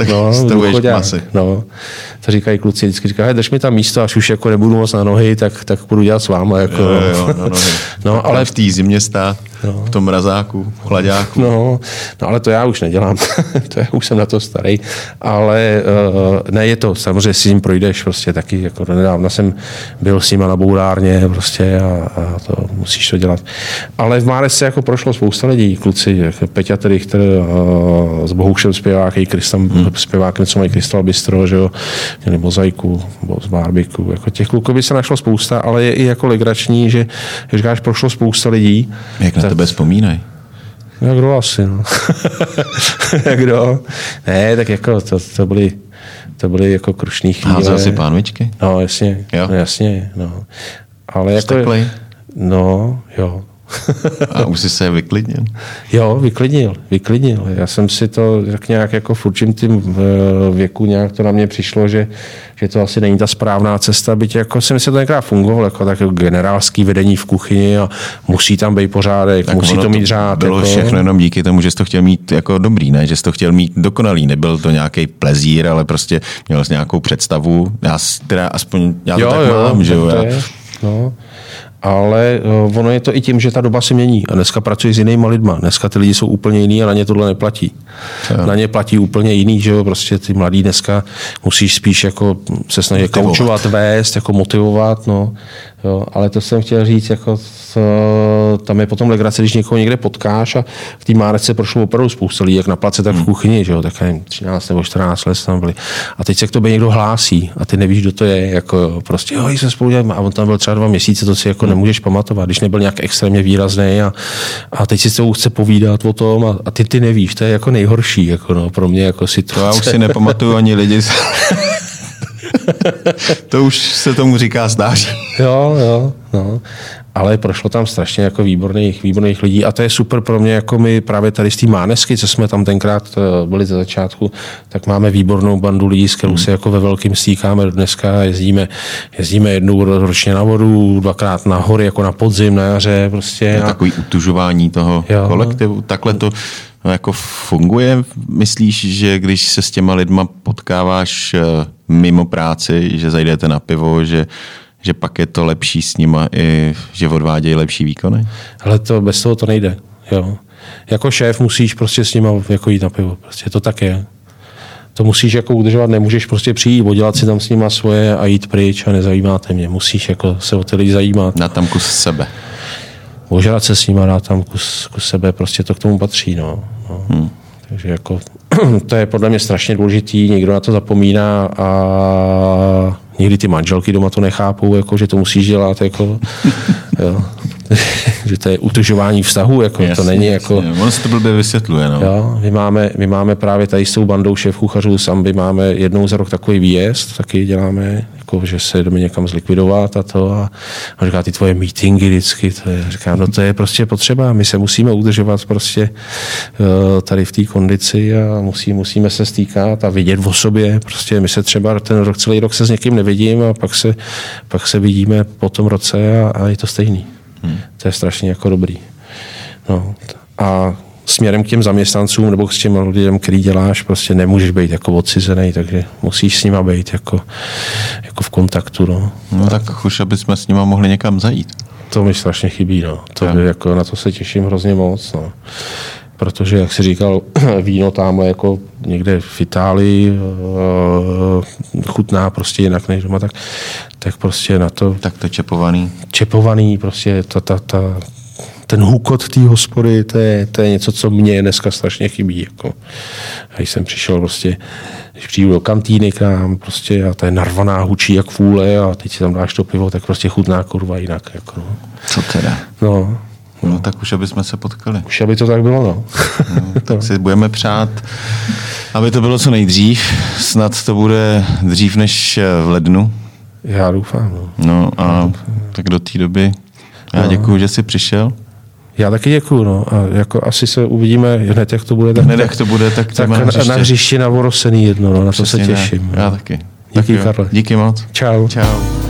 No, to říkají kluci, vždycky říkají, drž mi tam místo, až už jako nebudu moc na nohy, tak budu dělat s váma. Jako, no, ale v té zimě stát, v tom mrazáku, v chladáku. No, ale to já už nedělám. To já už jsem na to starý. Ale ne, je to, samozřejmě si jim projdeš prostě taky, jako nedávno jsem byl s nima na bourárně prostě a to musíš to dělat. Ale v Mánesce jako prošlo spousta lidí, kluci, Peťa Richter s Bohušem zpěvákem, zpěvákem, co mají Crystal Bistro, že jo, měli Mozaiku, z Barbiku, jako těch kluků by se našlo spousta, ale je i jako legrační, že říkáš, prošlo spousta lidí. Jak na tebe vzpomínají? Jak kdo asi, no. Jak kdo? Ne, tak jako to byly jako krušný chvíle. Házel si pánvičky? No, jasně. Jo? No, jasně, no. Ale jako... Steklej? No, jo. A už jsi se vyklidnil? Jo, vyklidnil. Já jsem si to tak nějak jako v určitém věku nějak to na mě přišlo, že to asi není ta správná cesta, byť jako si myslím, že to některá fungovalo, jako tak generálský vedení v kuchyni a musí tam být pořádek, tak musí to mít řád. Bylo jako... všechno jenom díky tomu, že jsi to chtěl mít jako dobrý, ne? Že jsi to chtěl mít dokonalý, nebyl to nějaký plezír, ale prostě měl jsi nějakou představu. Já to tak mám, že jo. No. Ale ono je to i tím, že ta doba se mění a dneska pracuji s jinýma lidma. Dneska ty lidi jsou úplně jiný a na ně tohle neplatí. Jo. Na ně platí úplně jiný, že jo, prostě ty mladí dneska musíš spíš jako se snažit koučovat, vést, jako motivovat, no. Jo, ale to jsem chtěl říct, jako tam je potom legrace, když někoho někde potkáš a v té Márece prošlo opravdu spousta lidí, jak na place, tak v kuchyni, že jo, tak nevím, 13 nebo 14 let tam byli. A teď se k tobě někdo hlásí a ty nevíš, kdo to je, jako prostě, jo, jsme spolu dělali, a on tam byl třeba 2 měsíce, to si jako nemůžeš pamatovat, když nebyl nějak extrémně výrazný a teď si s tebou chce povídat o tom a ty nevíš, to je jako nejhorší, jako no, pro mě jako situace. Já už si nepamatuju ani lidi. To už se tomu říká stáří. Jo, no. Ale prošlo tam strašně jako výborných lidí a to je super pro mě, jako my právě tady z té Mánesky, co jsme tam tenkrát byli ze začátku, tak máme výbornou bandu lidí, s kterou se jako ve velkým stýkáme dneska, jezdíme jednou ročně na vodu, 2krát na hory, jako na podzim, na jaře prostě. Takový utužování toho kolektivu, takhle to jako funguje? Myslíš, že když se s těma lidma potkáváš mimo práci, že zajdete na pivo, že pak je to lepší s nima i, že odvádějí lepší výkony? Ale to bez toho to nejde. Jo. Jako šéf musíš prostě s nima jako jít na pivo. Prostě to tak je. To musíš jako udržovat, nemůžeš prostě přijít, udělat si tam s nima svoje a jít pryč a nezajímáte mě. Musíš jako se o ty lidi zajímat. Dát tam kus sebe. Ožrat se s nima, dát tam kus sebe, prostě to k tomu patří. No. Takže jako to je podle mě strašně důležitý, někdo na to zapomíná a někdy ty manželky doma to nechápou, jako, že to musíš dělat, jako, jo. Že to je utužování vztahu, jako, jasně, to není jako... Ono se to blbě vysvětluje, no. Jo, my máme právě tady s tou bandou šéfkuchařů Samby, máme jednou za rok takový výjezd, taky děláme, jako, že se jdeme někam zlikvidovat a to a říká, ty tvoje meetingy vždycky, říkám, no to je prostě potřeba, my se musíme udržovat prostě tady v té kondici a musíme se stýkat a vidět o sobě, prostě my se třeba celý rok se s někým nevidím a pak se vidíme po tom roce a je to stejný. To je strašně jako dobrý. No. A směrem k těm zaměstnancům nebo k těm lidem, který děláš, prostě nemůžeš být jako odcizený, takže musíš s nima být jako v kontaktu. No tak už, aby jsme s nima mohli někam zajít. To mi strašně chybí. No. Jako, na to se těším hrozně moc. No. Protože, jak jsi říkal, víno tamhle jako někde v Itálii chutná prostě jinak než doma, tak prostě na to... Tak to čepovaný. Čepovaný, prostě ten hukot té hospody, to je něco, co mě dneska strašně chybí. Jako. Když jsem přišel prostě, když přijdu do kantýny k nám prostě a ta je narvaná, hučí jak fůle a teď si tam dáš to pivo, tak prostě chutná kurva jinak. Jako, no. Co teda? No tak už, aby jsme se potkali. Už, aby to tak bylo, no. Tak si budeme přát, aby to bylo co nejdřív. Snad to bude dřív než v lednu. Já doufám, no. No a tak do té doby já děkuju, že jsi přišel. Já taky děkuju, no. A jako asi se uvidíme hned, jak to bude. Tak na hřišti na Vorosený jedno, no. Na to se těším. Já taky. Díky, Karle. Díky moc. Čau. Čau.